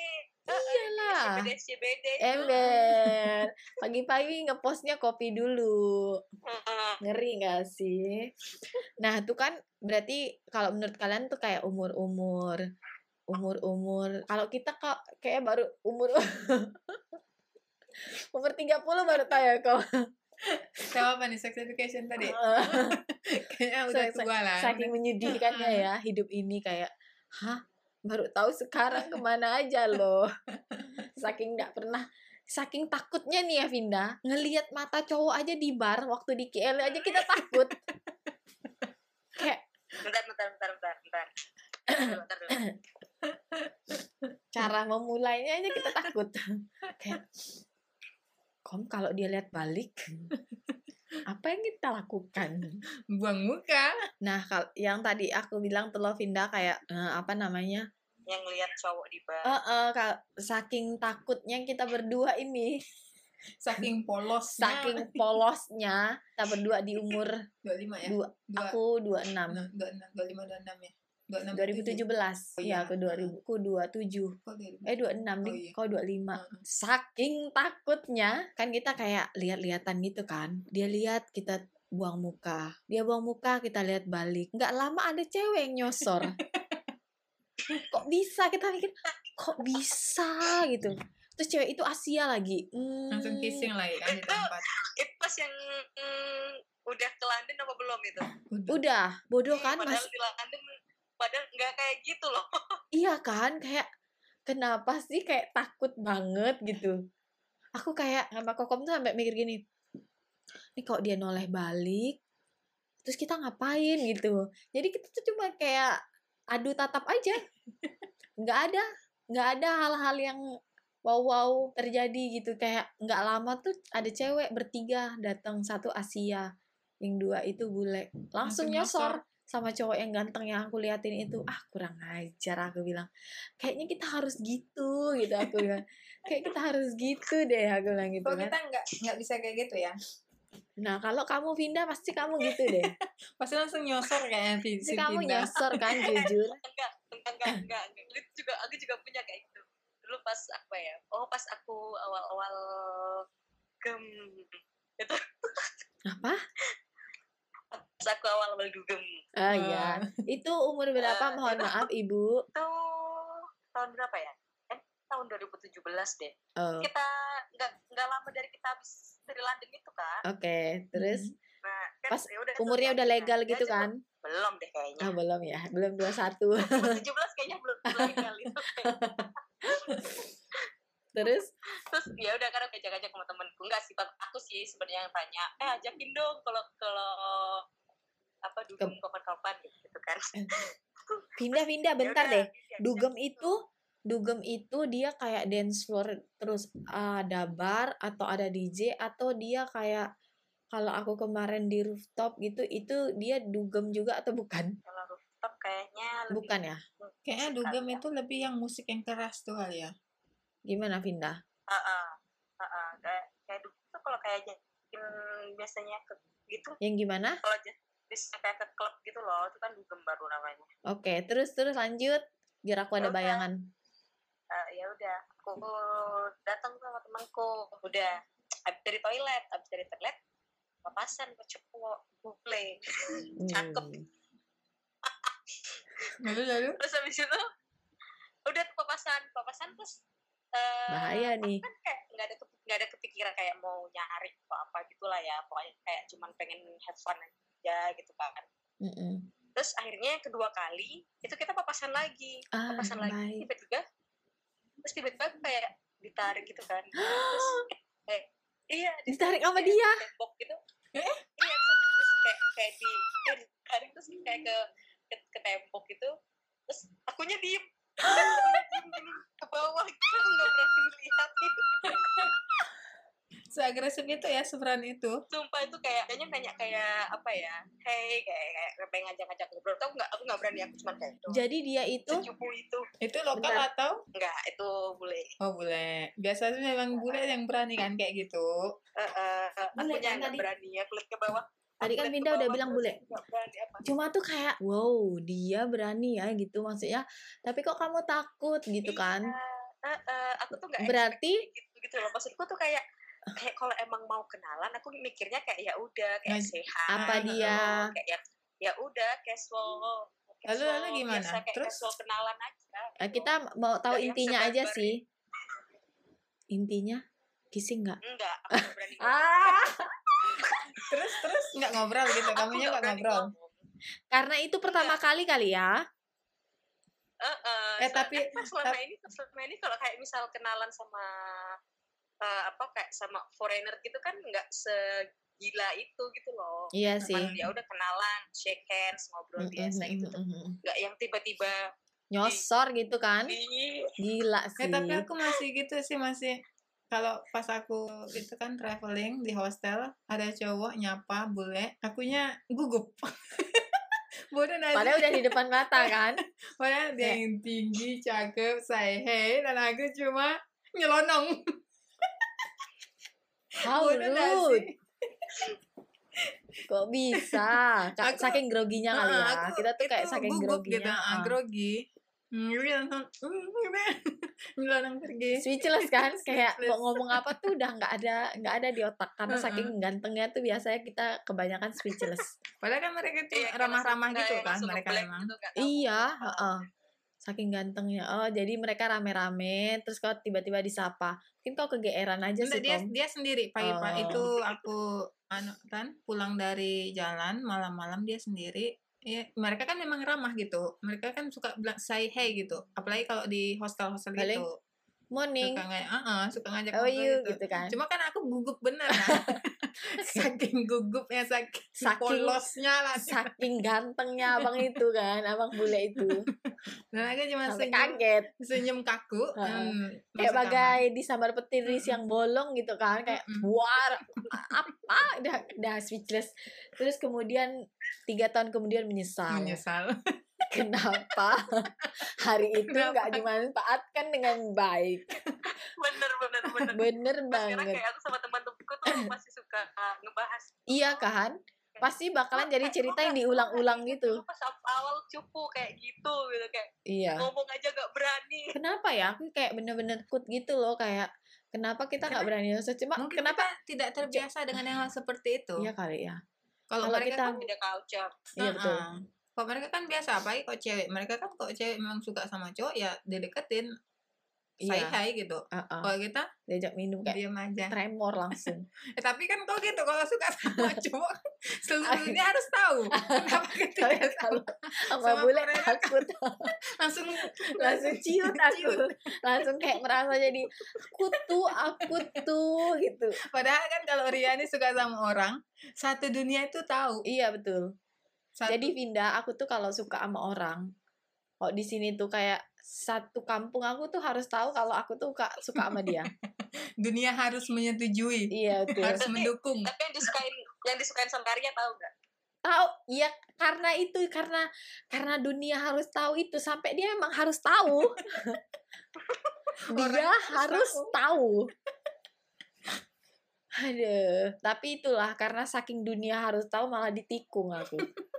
Iyalah. C B D C B D. Ember. Pagi-pagi ngepostnya kopi dulu. Heeh. Ngeri gak sih? Nah, itu kan berarti kalau menurut kalian tuh kayak umur-umur umur-umur. Kalau kita kok kayak baru umur umur tiga puluh baru tahu ya kok. Tahu apa nih sex education tadi? Kayaknya udah Sa- sa- tua lah. Saking menyedihkannya ya hidup ini kayak, hah? Baru tahu sekarang kemana aja loh. Saking nggak pernah, saking takutnya nih ya Vinda, ngelihat mata cowok aja di bar waktu di K L aja kita takut. Kayak Bentar, bentar, bentar, bentar, bentar. Bentar dulu. cara memulainya aja kita takut. Kayak, kom kalau dia lihat balik, apa yang kita lakukan? Buang muka. Nah, kalau yang tadi aku bilang tuh loh Vinda kayak eh, apa namanya? Yang lihat cowok di bar. Eh, eh, ka- saking takutnya kita berdua ini, Saking polosnya. saking polosnya kita berdua di umur dua puluh lima ya. dua, Dua, aku dua puluh enam. dua puluh enam, dua puluh lima, dua puluh enam ya. dua puluh enam, dua ribu tujuh belas. Oh, Iya, iya. aku dua ribu, aku dua puluh tujuh. Kok dua ribu? Eh dua puluh enam Oh, nih, iya. kau dua puluh lima. Heeh. Saking takutnya, kan kita kayak lihat-lihatan gitu kan. Dia lihat kita buang muka. Dia buang muka, kita lihat balik. Nggak lama ada cewek yang nyosor. Kok bisa? Kita mikir, kok bisa gitu. Terus cewek itu Asia lagi. Hmm, Langsung kissing lagi kan di tempat. Itu pas yang mm, udah ke London apa belum itu? Udah. Udah, bodoh kan Padahal mas. di London padahal nggak kayak gitu loh. Iya kan, kayak kenapa sih kayak takut banget gitu. Aku kayak sama Kokom tuh sampai mikir gini, ini kok dia noleh balik, terus kita ngapain gitu. Jadi kita tuh cuma kayak adu tatap aja, nggak ada, nggak ada hal-hal yang wow-wow terjadi gitu. Kayak nggak lama tuh ada cewek bertiga datang, satu Asia, yang dua itu bule. Langsung Langsung nyosor nyosor. sama cowok yang ganteng yang aku liatin itu. Ah, kurang ajar, aku bilang. Kayaknya kita harus gitu gitu aku bilang. Kayak kita harus gitu deh, aku bilang gitu Kok kan. kita nggak nggak bisa kayak gitu ya? Nah, kalau kamu pindah pasti kamu gitu deh. Pasti langsung nyosor kayaknya si Pasti kamu pindah. nyosor kan, jujur. enggak enggak enggak enggak, enggak. Aku juga aku juga punya kayak gitu dulu pas apa ya, oh pas aku awal-awal gem itu Apa? pas aku awal-awal dugem Ah ya, itu umur berapa? Eh, Mohon maaf, Ibu. itu tahun berapa ya? Eh, tahun dua ribu tujuh belas deh. Oh, Kita nggak nggak lama dari kita habis dari London itu kan. oke. Terus Nah, kan pas ya udah tuh, umurnya udah nah, legal dia gitu aja kan? tuh, belum deh kayaknya. Ah, belum ya. Belum dua puluh satu. tujuh belas kayaknya belum legal itu. Terus Terus ya udah karena ngajak-ngajak sama temenku, enggak sih, aku sih sebenarnya yang tanya, eh ajakin dong kalau kalau apa dugem kapan-kapan gitu kan. pindah-pindah Ya bentar udah, deh. diajak Dugem gitu. itu Dugem itu dia kayak dance floor terus ada bar atau ada D J atau dia kayak kalau aku kemarin di rooftop gitu itu dia dugem juga atau bukan? Kalau rooftop kayaknya lebih Bukan ya? Kayaknya musik dugem kali ya. itu lebih yang musik yang keras tuh kali ya. Gimana Vinda? Heeh. Heeh. Kayak kayak dugem tuh kalau kayak hmm, biasanya ke gitu, Yang gimana? kalau j- bisa kayak ke klub gitu loh, itu kan dugem baru namanya. Oke, terus terus lanjut biar aku ada Ya udah. bayangan. Uh, ya udah, aku datang sama temanku, udah habis dari toilet, habis dari toilet, papasan ke cowok, bule, cakep. Hmm. Lalu lalu. Terus habis itu, udah tuh papasan, papasan terus uh, Bahaya aku nih. kan kayak nggak ada kepi- nggak ada kepikiran kayak mau nyari atau apa gitulah ya, pokoknya kayak cuman pengen have fun aja gitu kan. Mm-mm. Terus akhirnya yang kedua kali itu kita papasan lagi, Ah, papasan lagi, baik. tiba-tiba terus tiba-tiba kayak ditarik gitu kan, terus kayak iya Ditarik sama kayak dia. di tembok gitu, iya terus, terus kayak kayak di kayak ditarik terus kayak ke ke, ke tembok gitu, terus akunya diem akunya diem gini ke bawah gitu, aku nggak berani ngeliatin. Seagresif itu ya, seberani itu. Sumpah itu kayak kayaknya nanya kayak apa ya, hey kayak kayak pengen ngajak-ngajak ngobrol, tau nggak, aku nggak berani, aku cuma kayak doang. Jadi dia itu Secupu itu Itu lokal Bentar. atau? enggak, itu bule. Oh bule. Biasanya memang bule yang berani kan kayak gitu. Uh, uh, uh, Bule akunya kan nggak tadi? berani, aku lihat ke bawah. Tadi Aku kan lihat ke Vinda udah bawah, bilang terus bule. nggak berani apa. Cuma tuh kayak wow dia berani ya gitu maksudnya. Tapi kok kamu takut gitu kan? Iya, uh, uh, aku tuh nggak Berarti expect kayak gitu gitu loh. Maksudku tuh kayak kayak kalau emang mau kenalan, aku mikirnya kayak ya udah kayak Nah, sehat. apa dia? Kayak ya ya udah casual. Lalu- lalu casual, gimana? Biasa kayak Terus? casual kenalan aja. Eh, gitu. kita mau tahu Nggak yang intinya aja sebar-barin. sih. Intinya kissing nggak? Enggak, aku nggak berani. ngomong. Ah, Terus terus nggak ngobrol gitu, Aku kamunya nggak berani ngobrol. ngomong. karena itu pertama kali kali ya. Uh, uh, Eh, soalnya tapi- kan selama ini selama ini kalau kayak misal kenalan sama uh, apa kayak sama foreigner gitu kan nggak segila itu gitu loh. Iya sih. Cuman ya udah kenalan, shake hands, ngobrol Mm, biasa mm, gitu mm, tuh. mm, mm. Nggak yang tiba-tiba Nyosor gitu kan? di Gila Eh sih. tapi aku masih gitu sih, masih kalau pas aku itu kan traveling di hostel ada cowok nyapa bule, akunya gugup. Bodoh nasi. Padahal udah di depan mata kan? Padahal dia yang tinggi, cakep, say hey, dan aku cuma nyelonong. How Bodoh nasi. rude. Kok bisa? Ka- Aku- saking groginya kali Nah, ya. aku Kita tuh kayak itu saking gugup groginya. gitu, ah, ah. grogi. Hmm, jadi langsung hmm, gitu. Nyelonong pergi. Speechless kan? Kayak Speechless. mau ngomong apa tuh udah nggak ada nggak ada di otak karena Heeh. saking gantengnya tuh biasanya kita kebanyakan speechless. Padahal kan mereka tuh Iya, kayak ramah-ramah langsung- gitu kayak kan langsung mereka ngeblank emang. gitu, nggak tahu Iya, apa. heeh. Saking gantengnya. Oh, jadi mereka rame-rame terus kau tiba-tiba disapa. Mungkin kau kegeeran aja Enggak, sih, dia Kom. dia sendiri pagi-pagi Oh. itu aku anu kan pulang dari jalan malam-malam dia sendiri. Ya, mereka kan memang ramah gitu. Mereka kan suka bilang say hey gitu. Apalagi kalau di hostel-hostel Paling- gitu. morning, suka ngajak, uh-uh, suka ngajak how are ngobrol you gitu. gitu kan. Cuma kan aku gugup bener kan. Saking gugupnya, saking, Saking- polosnya lah. Saking gantengnya abang itu kan, abang bule itu. Dan aku cuma Sampai senyum, kaget. senyum kaku. Heeh. hmm, Kayak masuk bagai disambar petir Mm-mm. yang bolong gitu kan, kayak Mm-mm. war apa udah udah speechless. Terus kemudian tiga tahun kemudian kamar. menyesal. Menyesal. Kenapa hari itu Kenapa? nggak dimanfaatkan dengan baik. bener bener bener Bener Terus sekarang banget. kayak aku sama teman-temanku tuh masih suka uh, ngebahas Iya kan, pasti bakalan "Lo jadi kayak- cerita lo yang nggak- lo diulang-ulang nggak inget gitu. dulu pas awal cupu kayak gitu gitu kayak Iya. ngomong aja gak berani. Kenapa ya? Aku kayak bener-bener takut gitu loh, kayak kenapa kita nggak berani dosa? Cuma Mungkin kenapa? kita tidak terbiasa dengan yang hal seperti itu. Iya kali ya. Kalau kalau mereka kita- kan Beda culture. Iya betul. uh-uh. Kalau mereka kan biasa, apalagi kok cewek. Mereka kan kok cewek memang suka sama cowok ya dideketin, say Iya. hi gitu. Uh-uh. Kalau kita Diajak minum kayak diam aja. tremor langsung. Eh, tapi kan kok gitu kalau suka sama cowok seluruh dunia harus tahu. Kenapa kita Tapi tidak tahu? kalau sama Sama bule mereka takut, Langsung langsung ciut aku, langsung kayak merasa jadi aku tuh, aku tuh gitu. Padahal kan kalau Riani suka sama orang, satu dunia itu tahu. Iya betul. Satu, Jadi Vinda, aku tuh kalau suka sama orang, kok di sini tuh kayak satu kampung aku tuh harus tahu kalau aku tuh suka suka sama dia. dunia harus menyetujui, Iya betul. harus mendukung. Tapi yang disukain yang disukain sama Arya tahu nggak? Tahu, iya karena itu karena karena dunia harus tahu itu sampai dia emang harus tahu. Dia harus harus tahu. Aduh, tapi itulah karena saking dunia harus tahu malah ditikung aku.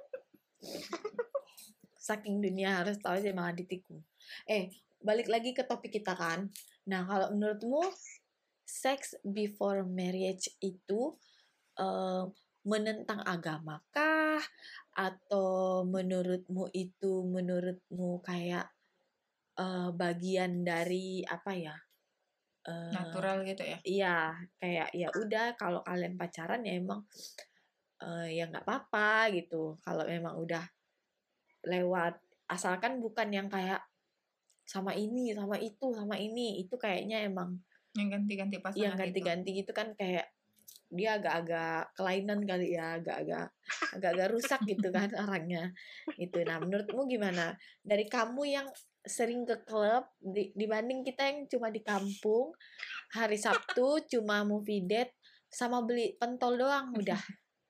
Saking dunia harus tahu aja malah ditikung. Eh, balik lagi ke topik kita kan. Nah, kalau menurutmu sex before marriage itu eh, menentang agama kah? Atau menurutmu itu menurutmu kayak eh, bagian dari apa ya? Eh, Natural gitu ya. Iya, kayak ya udah kalau kalian pacaran ya emang eh, ya nggak apa-apa gitu. Kalau memang udah lewat, asalkan bukan yang kayak sama ini, sama itu, sama ini, itu kayaknya emang Yang ganti-ganti pasangan yang ganti-ganti gitu kan kayak dia agak-agak kelainan kali ya, agak-agak agak-agak rusak gitu kan orangnya. Itu. Nah, menurutmu gimana? Dari kamu yang sering ke klub di- dibanding kita yang cuma di kampung, hari Sabtu cuma movie date sama beli pentol doang udah.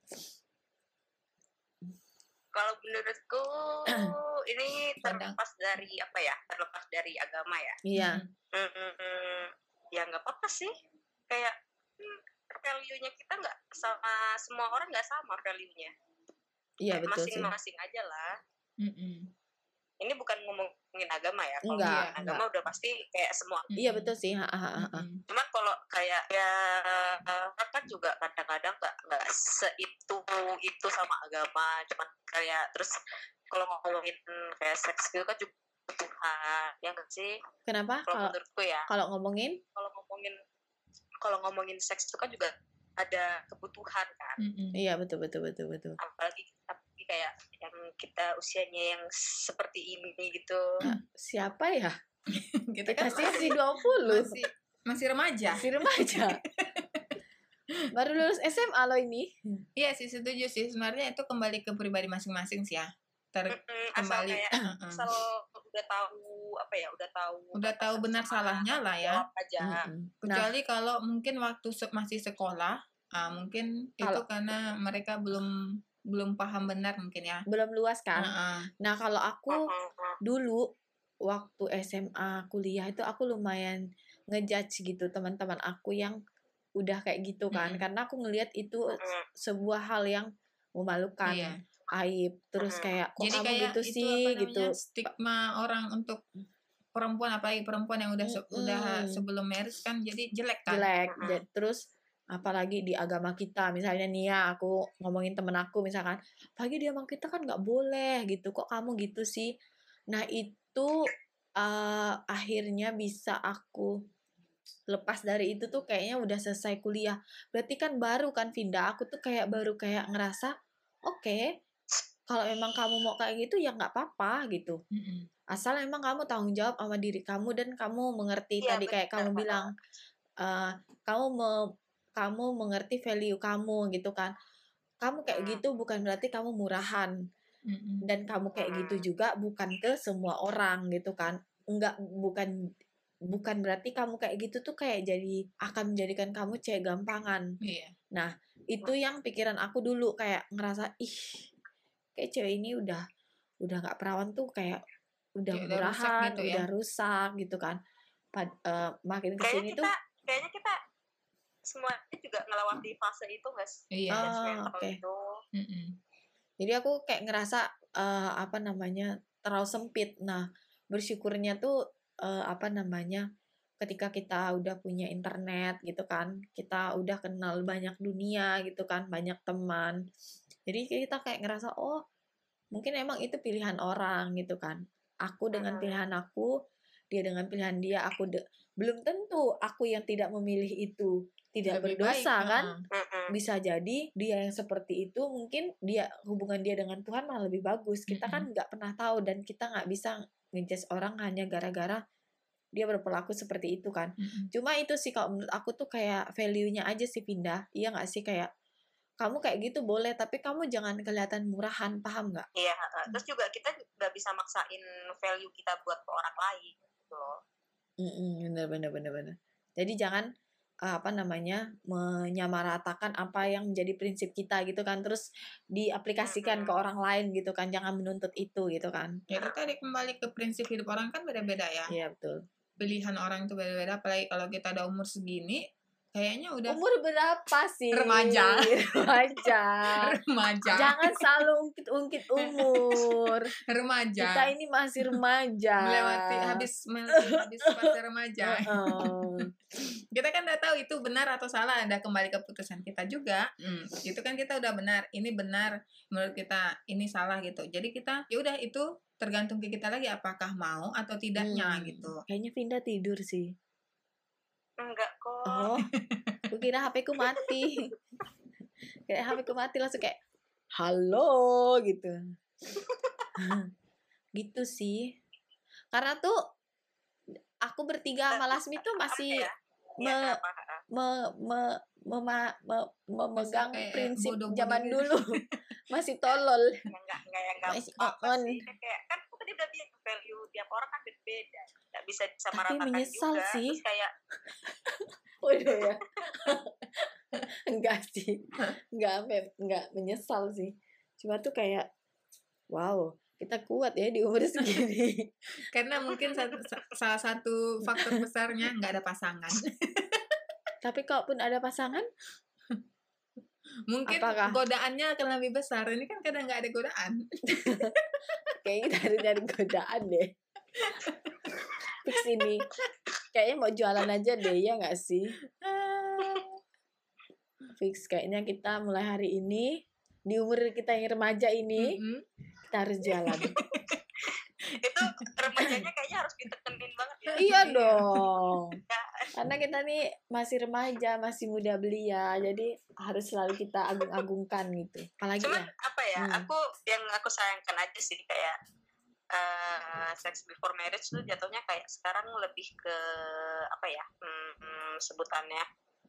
Kalau menurutku ini Pandang. terlepas dari apa ya? Terlepas dari agama ya. Iya. Hmm, ya nggak apa-apa sih. Kayak hmm, value-nya kita nggak sama, semua orang nggak sama value-nya. Iya Kayak betul sih. masing-masing aja lah. Mm-mm. Ini bukan ngomongin agama ya. Kalau Enggak, ngomongin agama udah pasti kayak semua. Iya betul sih. Ha, ha, ha, ha. Mm-mm. Cuman kalau kayak ya orang kan juga kadang-kadang nggak nggak seitu itu sama agama. Cuman kayak terus kalau ngomongin kayak seks gitu kan juga kebutuhan, ya nggak sih? Kenapa? Kalau Kalau menurutku ya. kalau ngomongin Kalau ngomongin kalau ngomongin seks itu kan juga ada kebutuhan kan. Mm-mm. iya betul betul betul betul. Apalagi tapi kayak yang kita usianya yang seperti ini gitu. Siapa ya? Kita Kita kan sih masih, masih dua puluh. masih masih remaja. Si remaja. Baru lulus S M A lo ini. Iya sih, setuju sih. Sebenarnya itu kembali ke pribadi masing-masing sih ya. Ter Mm-mm, asal kembali kayak Heeh. asal udah tahu apa ya udah tahu Udah tahu benar salahnya lah ya. jawab aja. Mm-mm. Nah, Kecuali kalau mungkin waktu se- masih sekolah, ah mungkin itu Kalau- karena mereka belum belum paham benar mungkin ya. belum luas kan. Heeh. Nah, kalau aku Heeh. dulu waktu S M A kuliah itu aku lumayan ngejudge gitu teman-teman aku yang udah kayak gitu kan. Mm-mm. Karena aku ngelihat itu Mm-mm. sebuah hal yang memalukan, Iya. aib. Terus Mm-mm. kayak kok Jadi kamu kayak gitu itu sih apa namanya, gitu. stigma orang untuk perempuan, apalagi perempuan yang udah se- Mm-mm. udah sebelum marriage kan jadi jelek kan. Jelek. Mm-mm. Ja- Terus apalagi di agama kita, misalnya nih ya aku ngomongin temen aku misalkan, apalagi di agama kita kan nggak boleh gitu, kok kamu gitu sih. Nah itu eh, akhirnya bisa aku lepas dari itu tuh kayaknya udah selesai kuliah. Berarti kan baru kan Vinda, aku tuh kayak baru kayak ngerasa oke, kalau memang kamu mau kayak gitu ya nggak apa-apa gitu. Mm-mm. Asal emang kamu tanggung jawab sama diri kamu dan kamu mengerti Iya, tadi kayak benar. kamu bilang eh, kamu me- kamu mengerti value kamu gitu kan. Kamu kayak Hmm. gitu bukan berarti kamu murahan Mm-mm. dan kamu kayak gitu juga bukan ke semua orang gitu kan. Enggak bukan bukan berarti kamu kayak gitu tuh kayak jadi akan menjadikan kamu cewek gampangan. Iya. Nah, itu yang pikiran aku dulu kayak ngerasa ih kayak cewek ini udah udah nggak perawan tuh kayak udah Kayak udah rusak murahan, gitu ya. udah rusak gitu kan. Pad, eh, makin Kayaknya kesini kita tuh kayaknya kita semuanya juga ngelewati fase itu nggak sih? Iya. Ah, Judgmental oke. itu. Mm-mm. Jadi aku kayak ngerasa eh, apa namanya terlalu sempit. Nah, bersyukurnya tuh eh, apa namanya ketika kita udah punya internet gitu kan, kita udah kenal banyak dunia gitu kan, banyak teman. Jadi kita kayak ngerasa oh mungkin emang itu pilihan orang gitu kan. Aku dengan Hmm. pilihan aku, dia dengan pilihan dia, aku de- belum tentu aku yang tidak memilih itu tidak Lebih berdosa baik, kan. uh-uh. Mm-mm. Bisa jadi dia yang seperti itu mungkin dia hubungan dia dengan Tuhan malah lebih bagus. Kita kan nggak pernah tahu dan kita nggak bisa ngejudge orang hanya gara-gara dia berperilaku seperti itu kan. Mm-mm. Cuma itu sih kalau menurut aku tuh kayak value-nya aja sih pindah. Iya nggak sih kayak kamu kayak gitu boleh tapi kamu jangan kelihatan murahan, paham nggak? Iya, uh, terus juga kita nggak bisa maksain value kita buat ke orang lain gitu loh. Mm-mm, bener bener bener bener. Jadi jangan uh, apa namanya menyamaratakan apa yang menjadi prinsip kita gitu kan, terus diaplikasikan ke Mm-mm. orang lain gitu kan, jangan menuntut itu gitu kan. Ya itu tadi kembali ke prinsip hidup orang kan beda-beda ya. Iya betul. Pilihan orang itu beda-beda. Apalagi kalau kita ada umur segini, kayaknya udah Umur berapa sih? Remaja. Remaja. remaja. Jangan selalu ungkit-ungkit umur. Remaja. Kita ini masih remaja. Melewati habis melewati habis fase remaja. Uh-uh. Kita kan udah tahu itu benar atau salah, ada kembali keputusan kita juga. Hmm, itu kan kita udah benar, ini benar menurut kita, ini salah gitu. Jadi kita ya udah itu tergantung ke kita lagi apakah mau atau tidaknya Hmm, gitu. Kayaknya Vinda tidur sih. Enggak kok. Oh, aku kira H P ku mati. Kayak H P ku mati langsung kayak halo gitu. Gitu sih. Karena tuh aku bertiga sama Lasmi tuh masih Apa ya? me, Iya, kenapa? me, me, mema- me- memegang kayak prinsip bodoh-bodoh zaman gitu. dulu. Masih tolol. Enggak, enggak yang enggak Masih apa on. sih. Kayak kan aku tadi udah bilang value tiap orang kan beda. Enggak bisa Tapi disamaratakan menyesal juga. sih. Terus kayak Waduh ya. Enggak sih. Enggak sampai- enggak menyesal sih. Cuma tuh kayak wow, kita kuat ya di umur segini. Karena mungkin satu, sa- salah satu faktor besarnya nggak ada pasangan. Tapi kalaupun ada pasangan, Mungkin Apakah? godaannya akan lebih besar. Ini kan kadang nggak ada godaan. kayaknya kita harus nyari godaan deh. Fix ini. Kayaknya mau jualan aja deh, ya nggak sih? Fix, kayaknya kita mulai hari ini, di umur kita yang remaja ini, Mm-mm. kita harus jualan. itu remajanya kayaknya harus ditekenin banget ya. Iya dong. Karena kita nih masih remaja, masih muda belia, jadi harus selalu kita agung-agungkan gitu. Apalagi Cuman ya. apa ya? Hmm. Aku yang aku sayangkan aja sih kayak uh, sex before marriage tuh jatuhnya kayak sekarang lebih ke apa ya? Hmm, sebutannya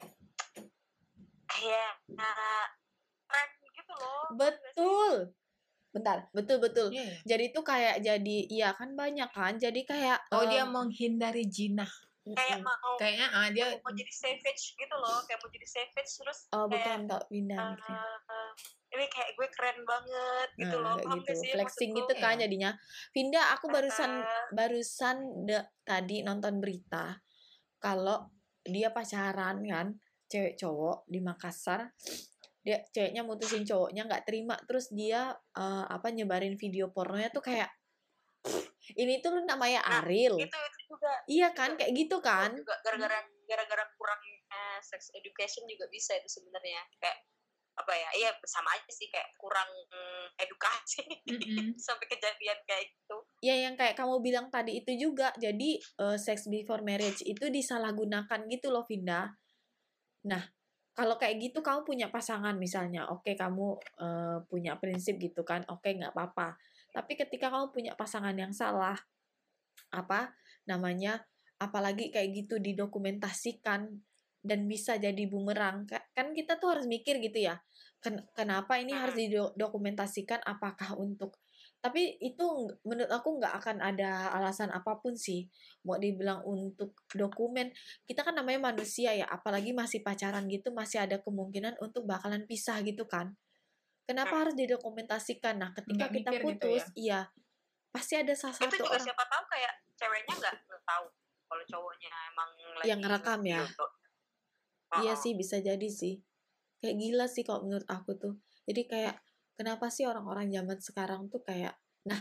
kayak uh, tren gitu loh. Betul. Bentar, betul-betul. Iya, iya. Jadi itu kayak jadi, iya kan banyak kan. Jadi kayak Oh, dia em, menghindari jinah. Kayak mm-mm. mau Kayaknya ah dia mau jadi savage gitu loh, kayak mau jadi savage terus Oh, kayak bukan Kak Winda gitu. uh, ini kayak gue keren banget gitu Nah, loh, kayak paham gitu. gak sih Flexing maksudku? gitu kan Iya. jadinya. Vinda, aku barusan Uh, barusan de- tadi nonton berita kalau dia pacaran kan, cewek cowok di Makassar. Dia ceweknya mutusin cowoknya nggak terima, terus dia eh, apa nyebarin video pornonya tuh kayak ini tuh lu namanya Nah, Ariel. itu itu juga Iya kan, kayak gitu kan. juga gara-gara gara-gara kurangnya sex education juga bisa itu sebenarnya kayak apa ya, iya sama aja sih kayak kurang mm, edukasi Mm-mm. sampai kejadian kayak gitu. Ya yang kayak kamu bilang tadi itu juga. Jadi eh, sex before marriage itu disalahgunakan gitu loh Vinda. Nah, kalau kayak gitu kamu punya pasangan misalnya, oke kamu uh, punya prinsip gitu kan, oke nggak apa-apa. Tapi ketika kamu punya pasangan yang salah, apa namanya, apalagi kayak gitu didokumentasikan dan bisa jadi bumerang, kan kita tuh harus mikir gitu ya, ken- kenapa ini harus didokumentasikan, apakah untuk, tapi itu menurut aku nggak akan ada alasan apapun sih mau dibilang untuk dokumen. Kita kan namanya manusia ya, apalagi masih pacaran gitu, masih ada kemungkinan untuk bakalan pisah gitu kan. Kenapa harus didokumentasikan? Nah, ketika Nggak kita mikir gitu putus, ya? iya pasti ada salah Itu satu juga orang siapa tahu kayak ceweknya nggak nggak tahu kalau cowoknya emang lagi yang ngerekam ya. video. Iya Uh-uh. sih, bisa jadi sih. Kayak gila sih kalau menurut aku tuh. Jadi kayak kenapa sih orang-orang zaman sekarang tuh kayak, nah,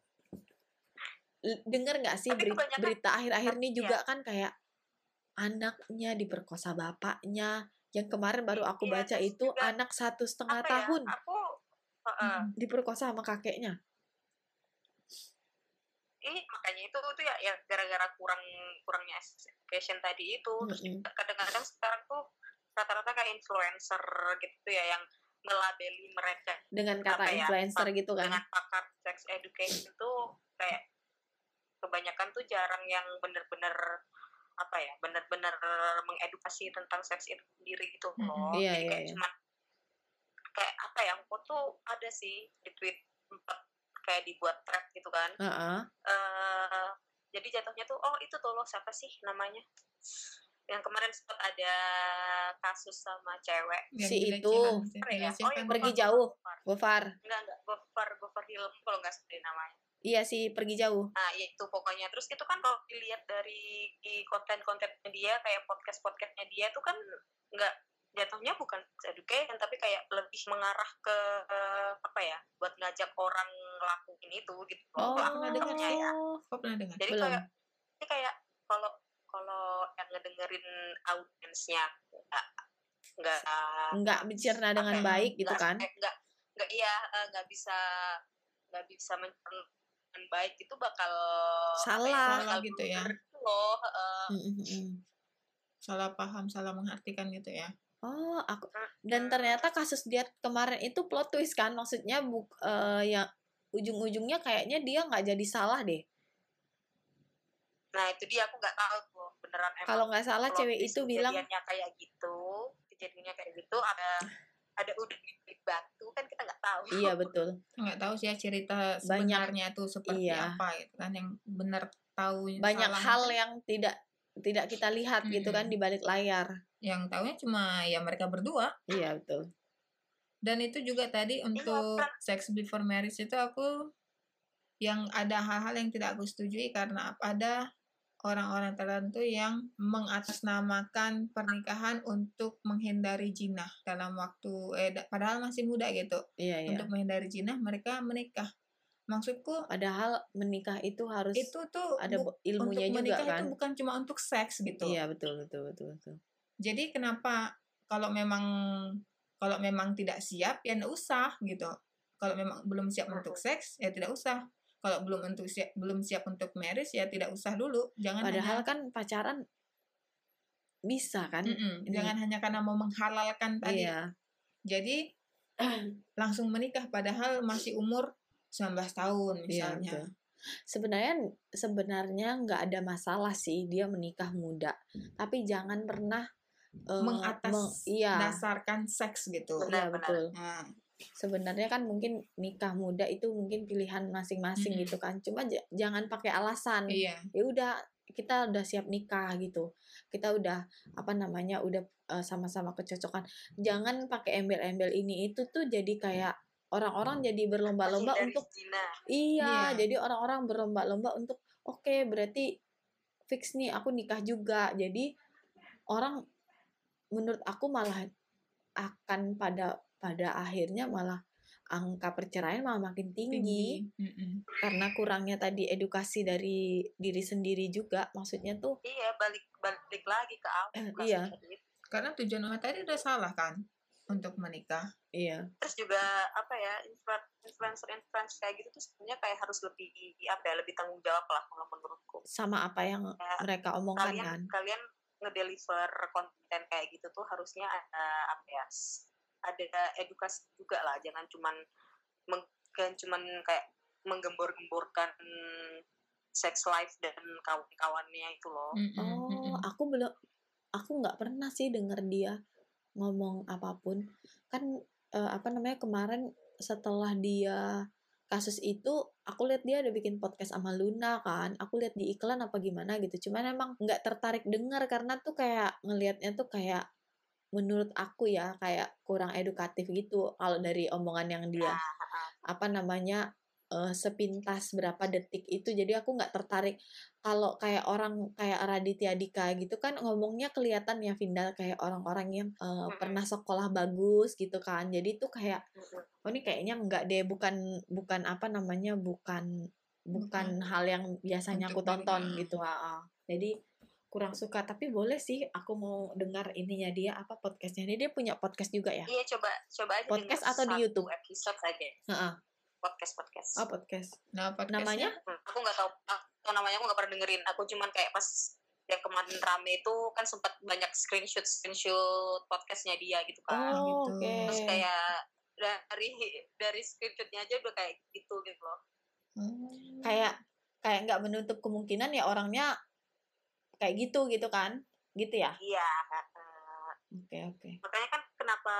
l- denger nggak sih Tapi berita, kebanyakan berita akhir-akhir ini iya. juga kan kayak anaknya diperkosa bapaknya. Yang kemarin baru aku Iya, baca terus itu juga anak satu setengah apa ya? tahun Aku uh-uh. diperkosa sama kakeknya. Ih, makanya itu tuh ya, ya gara-gara kurang kurangnya education tadi itu. Terus Mm-mm. kadang-kadang sekarang tuh rata-rata kayak influencer gitu ya yang melabeli mereka Dengan kata apa ya, influencer pak- gitu kan. dengan pakar sex education tuh kayak kebanyakan tuh jarang yang bener-bener apa ya, bener-bener mengedukasi tentang seks itu sendiri gitu loh. Iya, Jadi iya, kayak iya. cuman kayak apa ya, aku tuh ada sih di tweet empat kayak dibuat thread gitu kan. Uh-uh. Uh, jadi jatuhnya tuh, oh itu tuh loh siapa sih namanya, yang kemarin sempat ada kasus sama cewek Yang si itu apa ya? Oh ya, pergi Gofar, jauh Gofar. Gofar enggak enggak Gofar Gofar Hilm kalau nggak salah namanya. Iya sih, pergi jauh. Nah, ya itu pokoknya. Terus itu kan kalau dilihat dari di konten-kontennya dia, kayak podcast-podcastnya dia tuh kan nggak, jatuhnya bukan education, tapi kayak lebih mengarah ke uh, apa ya, buat ngajak orang ngelakuin itu gitu. Oh, pernah dengar sih. ya. Kok pernah dengar? Jadi belum. kayak, ini kayak kalau kalau yang ngedengerin audiensnya nggak nggak nggak mencerna dengan ya, baik gitu nggak, kan? Nggak nggak iya nggak bisa nggak bisa mencerna dengan baik, itu bakal salah, salah gitu ya. Loh, uh, mm-hmm. Salah paham, salah mengartikan gitu ya. Oh, aku dan ternyata kasus dia kemarin itu plot twist kan, maksudnya buk uh, yang ujung-ujungnya kayaknya dia nggak jadi salah deh. Nah itu dia, aku nggak tahu tuh beneran emang. Kalau nggak salah cewek itu bilang kejadiannya kayak gitu, kejadiannya kayak gitu ada ada udah di batu kan, kita nggak tahu. Iya betul. Nggak tahu sih ya cerita Banyak, sebenarnya tuh seperti iya. apa gitu kan, yang benar tahu. Banyak hal kan? yang tidak tidak kita lihat mm-hmm. gitu kan di balik layar. Yang taunya cuma ya mereka berdua. Iya betul. Dan itu juga tadi untuk iya, sex before marriage itu aku yang ada hal-hal yang tidak aku setujui, karena ada orang-orang tertentu yang mengatasnamakan pernikahan untuk menghindari zina dalam waktu eh padahal masih muda gitu. Iya, untuk iya. menghindari zina mereka menikah. Maksudku padahal menikah itu harus itu tuh ada bu- ilmunya untuk juga menikah kan. Itu bukan cuma untuk seks gitu. Iya betul betul betul betul. Jadi kenapa kalau memang kalau memang tidak siap ya enggak usah gitu. Kalau memang belum siap untuk seks ya tidak usah. Kalau belum untuk siap, belum siap untuk marriage ya tidak usah dulu. Jangan padahal hanya, kan pacaran bisa kan. Jangan hanya karena mau menghalalkan tadi. Iya. Jadi langsung menikah padahal masih umur sembilan belas tahun misalnya. Iya, sebenarnya sebenarnya nggak ada masalah sih dia menikah muda. Tapi jangan pernah uh, mengatas meng, iya. dasarkan seks gitu. Iya betul. Nah. Sebenarnya kan mungkin nikah muda itu mungkin pilihan masing-masing mm-hmm. gitu kan. Cuma j- jangan pakai alasan. Iya. Ya udah kita udah siap nikah gitu. Kita udah apa namanya udah uh, sama-sama kecocokan. Jangan pakai embel-embel ini itu tuh jadi kayak orang-orang jadi berlomba-lomba untuk iya, yeah. Jadi orang-orang berlomba-lomba untuk oke, okay, berarti fix nih aku nikah juga. Jadi orang menurut aku malah akan pada pada akhirnya malah angka perceraian malah makin tinggi, tinggi. Karena kurangnya tadi edukasi dari diri sendiri juga, maksudnya tuh iya balik balik lagi ke awal eh, iya karena tujuan tadi udah salah kan untuk menikah. Iya. Terus juga apa ya, influencer influencer kayak gitu tuh sebenarnya kayak harus lebih apa ya, lebih tanggung jawab lah kalau menurutku. Sama apa yang ya, mereka omongkan kalian, kan. Kalian ngedeliver konten kayak gitu tuh harusnya ada apa ya? Ada edukasi juga lah, jangan cuman meng, cuman kayak menggembor-gemborkan sex life dan kawan-kawannya itu loh. Mm-mm, Oh, mm-mm. aku belum, aku nggak pernah sih denger dia ngomong apapun. Kan eh, apa namanya kemarin setelah dia kasus itu, aku lihat dia ada bikin podcast sama Luna kan. Aku lihat di iklan apa gimana gitu. Cuman emang nggak tertarik denger karena tuh kayak ngelihatnya tuh kayak menurut aku ya kayak kurang edukatif gitu kalau dari omongan yang dia Nah, uh, apa namanya eh, sepintas berapa detik itu. Jadi aku nggak tertarik. Kalau kayak orang kayak Raditya Dika gitu kan ngomongnya kelihatan ya Vinda kayak orang-orang yang eh, Mm-mm. pernah sekolah bagus gitu kan. Jadi tuh kayak mm-mm. oh ini kayaknya enggak deh, bukan bukan apa namanya bukan bukan Bukan hal yang biasanya aku untuk diri- tonton mm. gitu. ah, ah. Jadi kurang suka, tapi boleh sih aku mau dengar ininya dia apa podcastnya dia. Dia punya podcast juga ya? Iya, coba coba aja Podcast denger atau di satu YouTube? episode aja. Heeh. Podcast podcast. Oh, podcast. Nah, podcastnya Namanya? Hmm, aku nggak tahu atau namanya, aku nggak pernah dengerin. Aku cuman kayak pas yang kemarin rame itu kan sempat banyak screenshot screenshot podcastnya dia gitu kan. Oh, gitu. oke. Terus kayak dari dari screenshotnya aja udah kayak gitu gitu loh. Hmm. Kayak kayak nggak menutup kemungkinan ya orangnya kayak gitu gitu kan? Gitu ya? Iya. uh, Oke, oke. makanya kan kenapa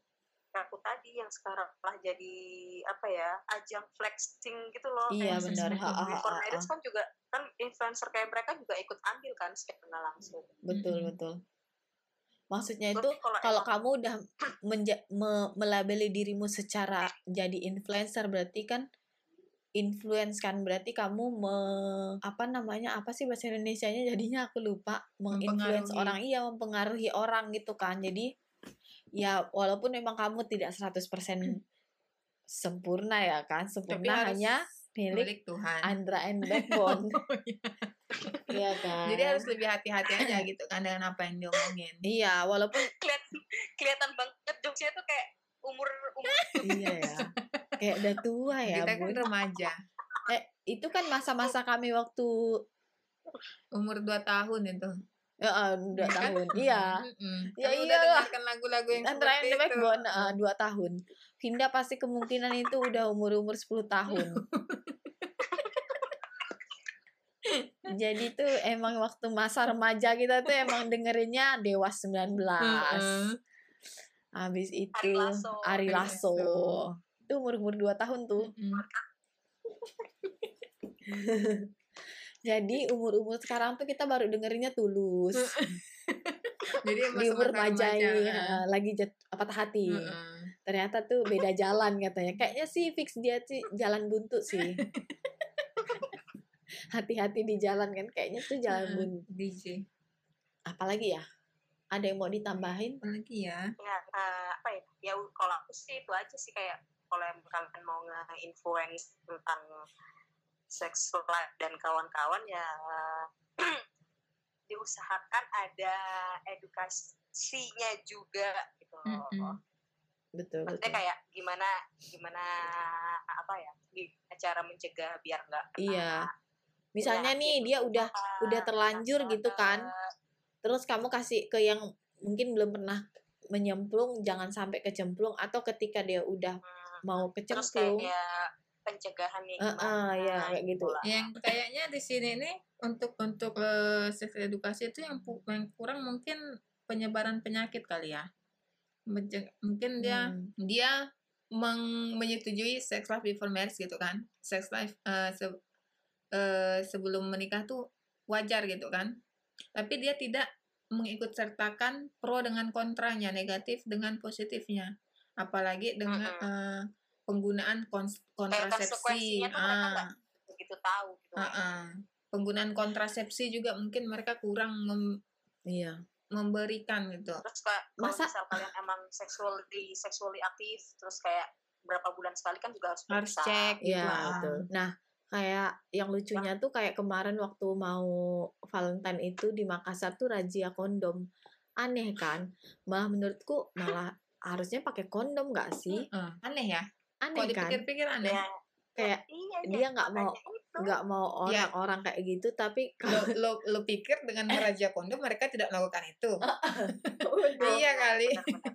aku tadi yang sekarang telah jadi apa ya, ajang flexing gitu loh. Iya, Kayak benar. sex Ha, ha, before ha, marriage ha. kan juga kan influencer kayak mereka juga ikut ambil kan secara nggak langsung. Betul, Mm-mm. betul. Maksudnya itu Tapi kalau kalau emang- kamu udah menja- me- melabeli dirimu secara jadi influencer berarti kan influence kan, berarti kamu me, apa namanya apa sih bahasa Indonesianya jadinya aku lupa, menginfluence Mempengaruhi. orang, iya mempengaruhi orang gitu kan. Jadi ya walaupun memang kamu tidak seratus persen sempurna ya kan, Tapi sempurna harus hanya milik milik Tuhan. Andra and Backbone. Oh, iya. Iya kan. Jadi harus lebih hati-hati aja gitu kan dengan apa yang diomongin. Iya, walaupun kelihatan kelihatan banget jokesnya tuh kayak umur umur iya ya. Kayak udah tua ya, Kita kan Bun. remaja, Eh, itu kan masa-masa kami waktu umur dua tahun itu. ya, eh, dua tahun. Iya. Mm-mm. Ya Kamu udah iyalah. dengarkan lagu-lagu yang Andra and seperti the itu. Backbone eh, dua tahun. Vinda pasti kemungkinan itu udah umur-umur sepuluh tahun. Jadi tuh emang waktu masa remaja kita tuh emang dengerinnya Dewa sembilan belas. Mm-mm. Habis itu Ari Lasso. Ari Ari Lasso. Lasso. Itu umur-umur dua tahun tuh. Mm-mm. Jadi umur-umur sekarang tuh kita baru dengerinnya Tulus. Jadi Di umur masa-masa remaja remaja. ya, lagi jat, patah hati. Mm-mm. Ternyata tuh beda jalan katanya. Kayaknya sih fix dia sih jalan buntu sih. Hati-hati di jalan kan, kayaknya tuh jalan Mm-mm. buntu. D J. Apalagi ya? Ada yang mau ditambahin? Apalagi ya? ya eh, apa ya ya kalau aku sih itu aja sih, kayak kalau yang kalian mau nge-influence tentang sex life dan kawan-kawan ya diusahakan ada edukasinya juga gitu loh. Mm-mm. Betul, Maksudnya betul. kayak gimana gimana apa ya, gimana cara mencegah biar nggak kena Iya. Misalnya penyakit nih dia itu udah apa, udah terlanjur bisa gitu kan. banget. Terus kamu kasih ke yang mungkin belum pernah menyemplung, jangan sampai kecemplung, atau ketika dia udah Hmm, mau terus kecemplung. kayak pencegahannya Eh, gimana eh, ya kayak gitu. lah. Yang kayaknya di sini nih untuk untuk eh, seks edukasi itu yang, pu- yang kurang mungkin penyebaran penyakit kali ya. Mence- Mungkin dia Hmm. dia meng- menyetujui sex life before marriage gitu kan. Sex life eh, se- eh, sebelum menikah tuh wajar gitu kan. Tapi dia tidak mengikut sertakan pro dengan kontranya, negatif dengan positifnya. Apalagi dengan Mm-mm. eh, penggunaan kons- kontrasepsi. konsekuensinya tuh mereka nggak Ah, begitu tahu gitu. ah, ah. Penggunaan kontrasepsi juga mungkin mereka kurang mem- Iya. memberikan gitu. Terus kayak kalau Masa- misal kalian emang sexually sexually aktif, terus kayak berapa bulan sekali kan juga harus Harus periksa. cek gitu. Iya, ah. betul. Nah, kayak yang lucunya tuh kayak kemarin waktu mau Valentine itu di Makassar tuh razia kondom. Aneh kan? Malah menurutku malah harusnya pakai kondom nggak sih? Eh, aneh ya. Aneh Kalau kan? dipikir-pikir aneh. Ya, Kayak iya, dia nggak mau makanya itu. nggak mau Ya. orang-orang kayak gitu, tapi Lo, lo, lo pikir dengan meraja kondom mereka tidak melakukan itu? Iya kali.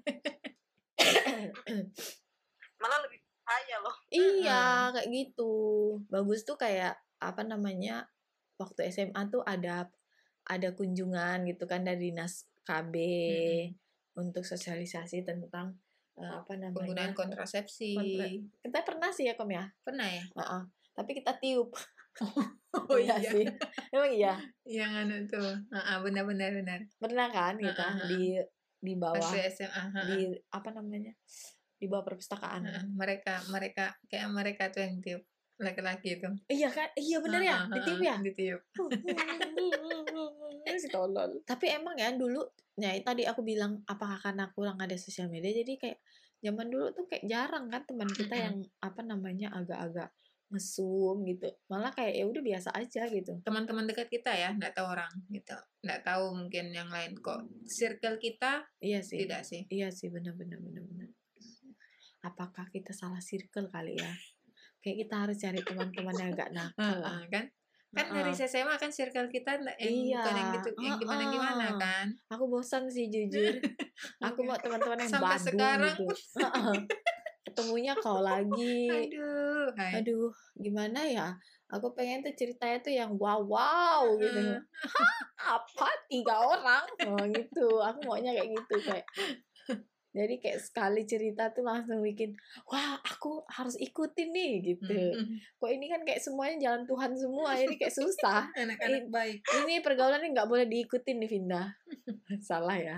Malah lebih bahaya loh. Iya, kayak gitu. Bagus tuh kayak apa namanya? Waktu S M A tuh ada ada kunjungan gitu kan dari Dinas K B Mm-mm. untuk sosialisasi tentang uh, apa namanya? Penggunaan kontrasepsi. Kontra- kita pernah sih ya, Kom ya? Pernah ya? Uh-uh. Tapi kita tiup. Oh Iya iya. sih. Emang iya. Yang anu tuh. Heeh, benar-benar benar. Pernah kan kita Uh-uh. di di bawah Waktu S M A. Uh-uh. di apa namanya? Di bawah perpustakaan. Uh-uh. Mereka mereka kayak mereka tuh yang tiup laki-laki itu. Iya kan? Iya bener ya? Uh-uh, Ditiup uh-uh, ya? Ditiup. Si tolol. Tapi emang ya dulu, ya tadi aku bilang apakah karena kurang ada sosial media, jadi kayak zaman dulu tuh kayak jarang kan teman kita Mm-mm. yang apa namanya agak-agak mesum gitu, malah kayak ya udah biasa aja gitu. Teman-teman dekat kita ya, nggak tahu orang gitu, nggak tahu mungkin yang lain kok. Circle kita Iya sih, tidak sih. iya sih benar-benar benar-benar. Apakah kita salah circle kali ya? Kayak kita harus cari teman-teman yang agak nakal lah. Uh-uh, kan? Kan Uh-uh. dari S M A kan circle kita yang Iya. bukan yang gitu, yang gimana-gimana Uh-uh. kan. Aku bosan sih jujur. Aku mau teman-teman yang Sampai badung sekarang gitu. pun. Uh-uh. Ketemunya kau lagi. Aduh, hai. Aduh, gimana ya? Aku pengen tuh ceritanya tuh yang wow-wow gitu. Uh. Hah, apa? Tiga orang? Oh gitu. Aku maunya kayak gitu. Kayak jadi kayak sekali cerita tuh langsung bikin, wah aku harus ikutin nih gitu. Mm-mm. Kok ini kan kayak semuanya jalan Tuhan semua, jadi kayak susah. Anak-anak baik. Ini pergaulannya nggak boleh diikutin nih Vinda. Salah ya.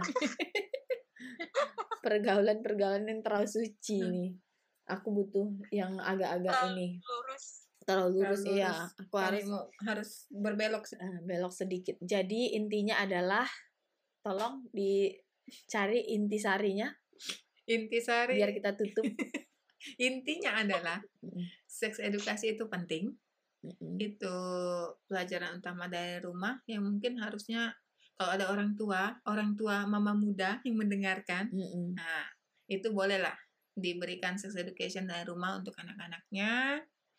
Pergaulan-pergaulan yang terlalu suci nih. Aku butuh yang agak-agak ini. Lurus. Terlalu lurus, Terlalu iya. lurus. Aku harus Kami mau harus berbelok. eh, belok sedikit. Jadi intinya adalah, tolong dicari intisarinya Intisari. biar kita tutup. Intinya adalah Mm-mm. seks edukasi itu penting. Mm-mm. Itu pelajaran utama dari rumah yang mungkin harusnya kalau ada orang tua, orang tua mama muda yang mendengarkan, Mm-mm. nah itu bolehlah diberikan sex education dari rumah untuk anak-anaknya.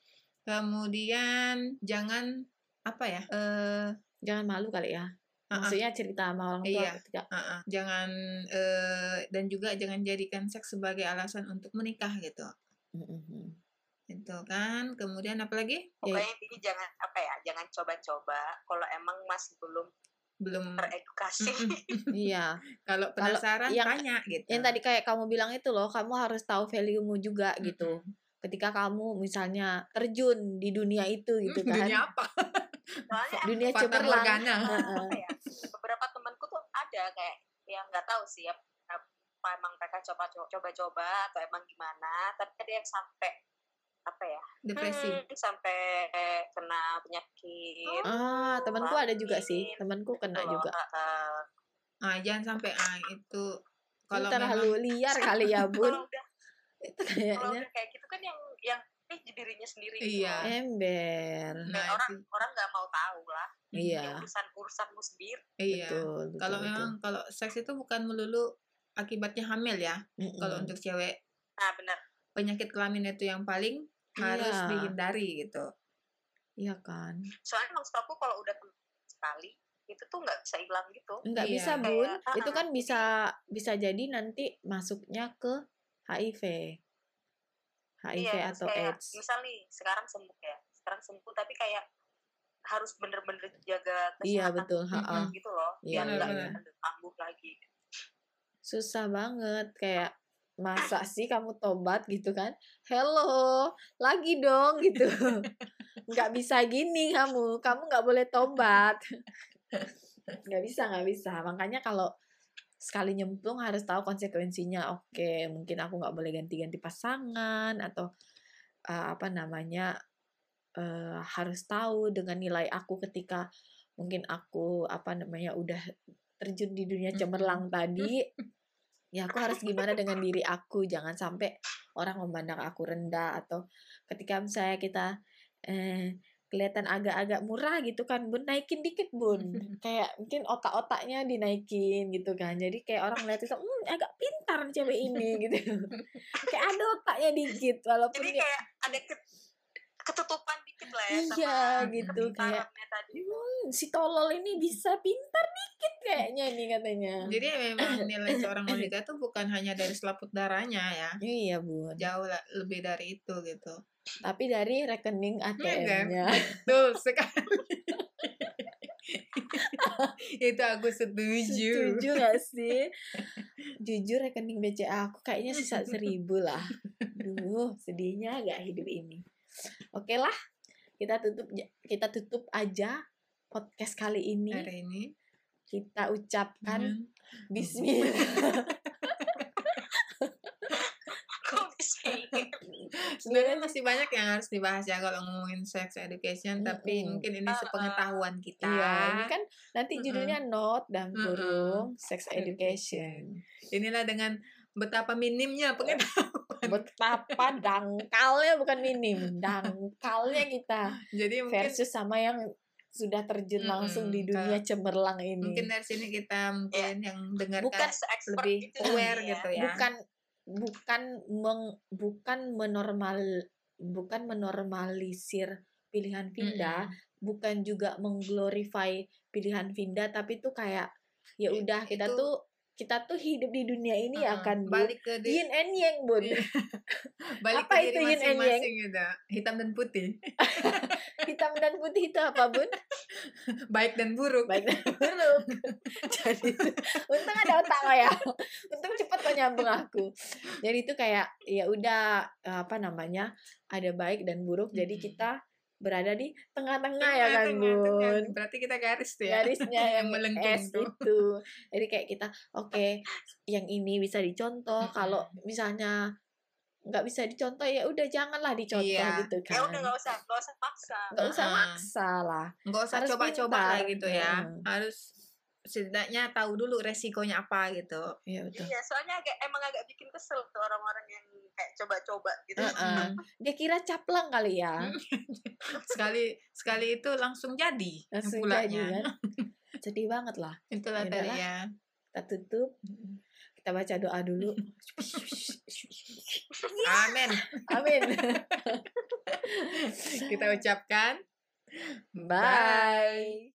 Kemudian jangan apa ya? Eh Jangan malu kali ya. uh-uh, Maksudnya cerita sama orang tua Iya. ketika uh-uh, jangan eh dan juga jangan jadikan seks sebagai alasan untuk menikah gitu. Mm-mm. Itu kan. Kemudian apa lagi? Ya, Pokoknya intinya jangan apa ya, jangan coba-coba kalau emang masih belum Belum teredukasi. Mm-mm. iya. Kalau Kalau penasaran yang- tanya gitu. Yang tadi kayak kamu bilang itu loh, kamu harus tahu value-mu juga gitu. Mm-mm. Ketika kamu misalnya terjun di dunia itu gitu kan. Dunia apa? Soalnya Dunia Fata cemerlang. Morgana. Heeh. apa ya, beberapa temanku tuh ada kayak yang nggak tahu sih apa emang mereka coba coba-coba atau emang gimana, tapi ada yang sampai apa ya, Depresi. hmm, sampai kena penyakit. Ah, temanku ada juga sih. Amin. Temanku kena Gitu loh. juga. Uh, Ah, jangan sampai ah itu Itu kalau terlalu memang liar kali ya, Bun. kalau udah Itu kalau kayaknya udah kayak gitu kan yang yang eh dirinya sendiri gitu Iya. loh. ember. Dan Nah, orang itu. orang nggak mau tahu lah. Iya. Ya, urusan urusanmu sendiri. Iya. Betul, betul. Kalau betul. memang kalau seks itu bukan melulu akibatnya hamil ya. Mm-mm. Kalau untuk cewek Nah benar. penyakit kelamin itu yang paling harus Iya. dihindari gitu. Iya kan. Soalnya emang setahu kalau udah kena sekali itu tuh nggak bisa hilang gitu. Enggak Iya. bisa, Bun. Kayak, Itu ah, kan bisa bisa jadi nanti masuknya ke H I V. H I V Iya, atau kayak AIDS. misal nih sekarang sembuh ya, sekarang sembuh tapi kayak harus bener-bener jaga Iya, kesehatan betul. tubuh Ha-ha. gitu loh, Iya, biar nggak iya. ada kambuh lagi. Susah banget kayak masa sih kamu tobat gitu kan, hello lagi dong gitu. Nggak bisa gini kamu kamu nggak boleh tobat. Nggak bisa nggak bisa makanya kalau sekali nyemplung harus tahu konsekuensinya. Oke, mungkin aku nggak boleh ganti-ganti pasangan atau uh, apa namanya uh, harus tahu dengan nilai aku ketika mungkin aku apa namanya udah terjun di dunia cemerlang tadi. Ya aku harus gimana dengan diri aku, jangan sampai orang memandang aku rendah, atau ketika misalnya kita eh, kelihatan agak-agak murah gitu kan, Bun, naikin dikit, Bun, kayak mungkin otak-otaknya dinaikin gitu kan, jadi kayak orang ngeliat itu, hmm, agak pintar cewek ini gitu, kayak ada otaknya dikit walaupun Jadi dia, kayak ada ke- ketutupan dikit lah ya Iya, sama gitu, kayak kepintarannya tadi. hmm, si tolol ini bisa pintar dikit kayaknya nih katanya. Jadi memang nilai seorang wanita itu bukan hanya dari selaput darahnya ya. Iya, Bun. Jauh lah, lebih dari itu gitu. Tapi dari rekening A T Iya kan? M-nya. Betul sekali. Itu aku setuju. Setuju gak sih? Jujur rekening B C A aku kayaknya sisa seribu lah. Duh, sedihnya agak hidup ini. Oke lah, kita tutup ja- kita tutup aja podcast kali ini. Hari ini. Kita ucapkan Hmm. Bismillah. Kok bisa ingat? Sebenarnya masih banyak yang harus dibahas ya kalau ngomongin sex education, tapi Mm-mm. mungkin ini Uh-uh. sepengetahuan kita. Iya, ini kan nanti Mm-mm. judulnya Note dan Mm-mm. kurung Sex Education. Inilah dengan betapa minimnya pengetahuan. Betapa dangkalnya, bukan minim, dangkalnya kita Jadi mungkin versus sama yang sudah terjun Mm-mm. langsung di dunia cemerlang ini. mungkin dari sini kita mungkin yang dengarkan Bukan Se-expert lebih itu aware ya. gitu ya. bukan bukan meng, bukan menormal bukan menormalisir pilihan Vinda, bukan juga mengglorify pilihan Vinda, tapi tuh kayak ya I- udah kita itu- tuh kita tuh hidup di dunia ini ya Mm-mm. kan, Bun. balik ke di- Yin and Yang, Bun. Iya. balik Apa ke itu diri yin and yang? masing-masing gitu. Hitam dan putih. Hitam dan putih itu apa, Bun? Baik dan buruk. Baik dan buruk. Jadi itu, untung ada otak lo ya. Untung cepat kok nyambung aku. Jadi itu kayak ya udah apa namanya, ada baik dan buruk. Jadi Mm-mm. kita berada di tengah-tengah ya kan, Tengah, tengah. Bun. Berarti kita garis tuh ya. Garisnya yang melengkung S tuh. itu. Jadi kayak kita oke, yang ini bisa dicontoh. Mm-mm. Kalau misalnya nggak bisa dicontoh ya udah janganlah dicontoh Iya. gitu Ya kan. udah nggak usah, nggak usah paksa. Nggak usah Uh-uh. maksa lah. Nggak usah Harus coba-coba pintar. lah gitu ya. Mm. Harus setidaknya tahu dulu resikonya apa gitu. Iya betul. Iya, soalnya agak emang agak bikin kesel tuh orang-orang yang kayak coba-coba gitu. Heeh. Dia kira caplang kali ya. sekali sekali itu langsung jadi Langsung pulanya. jadi kan. Sedih banget lah. Itulah Ya tadi udahlah. ya. Kita tutup. Kita baca doa dulu. Amin. Amin. Kita ucapkan Bye.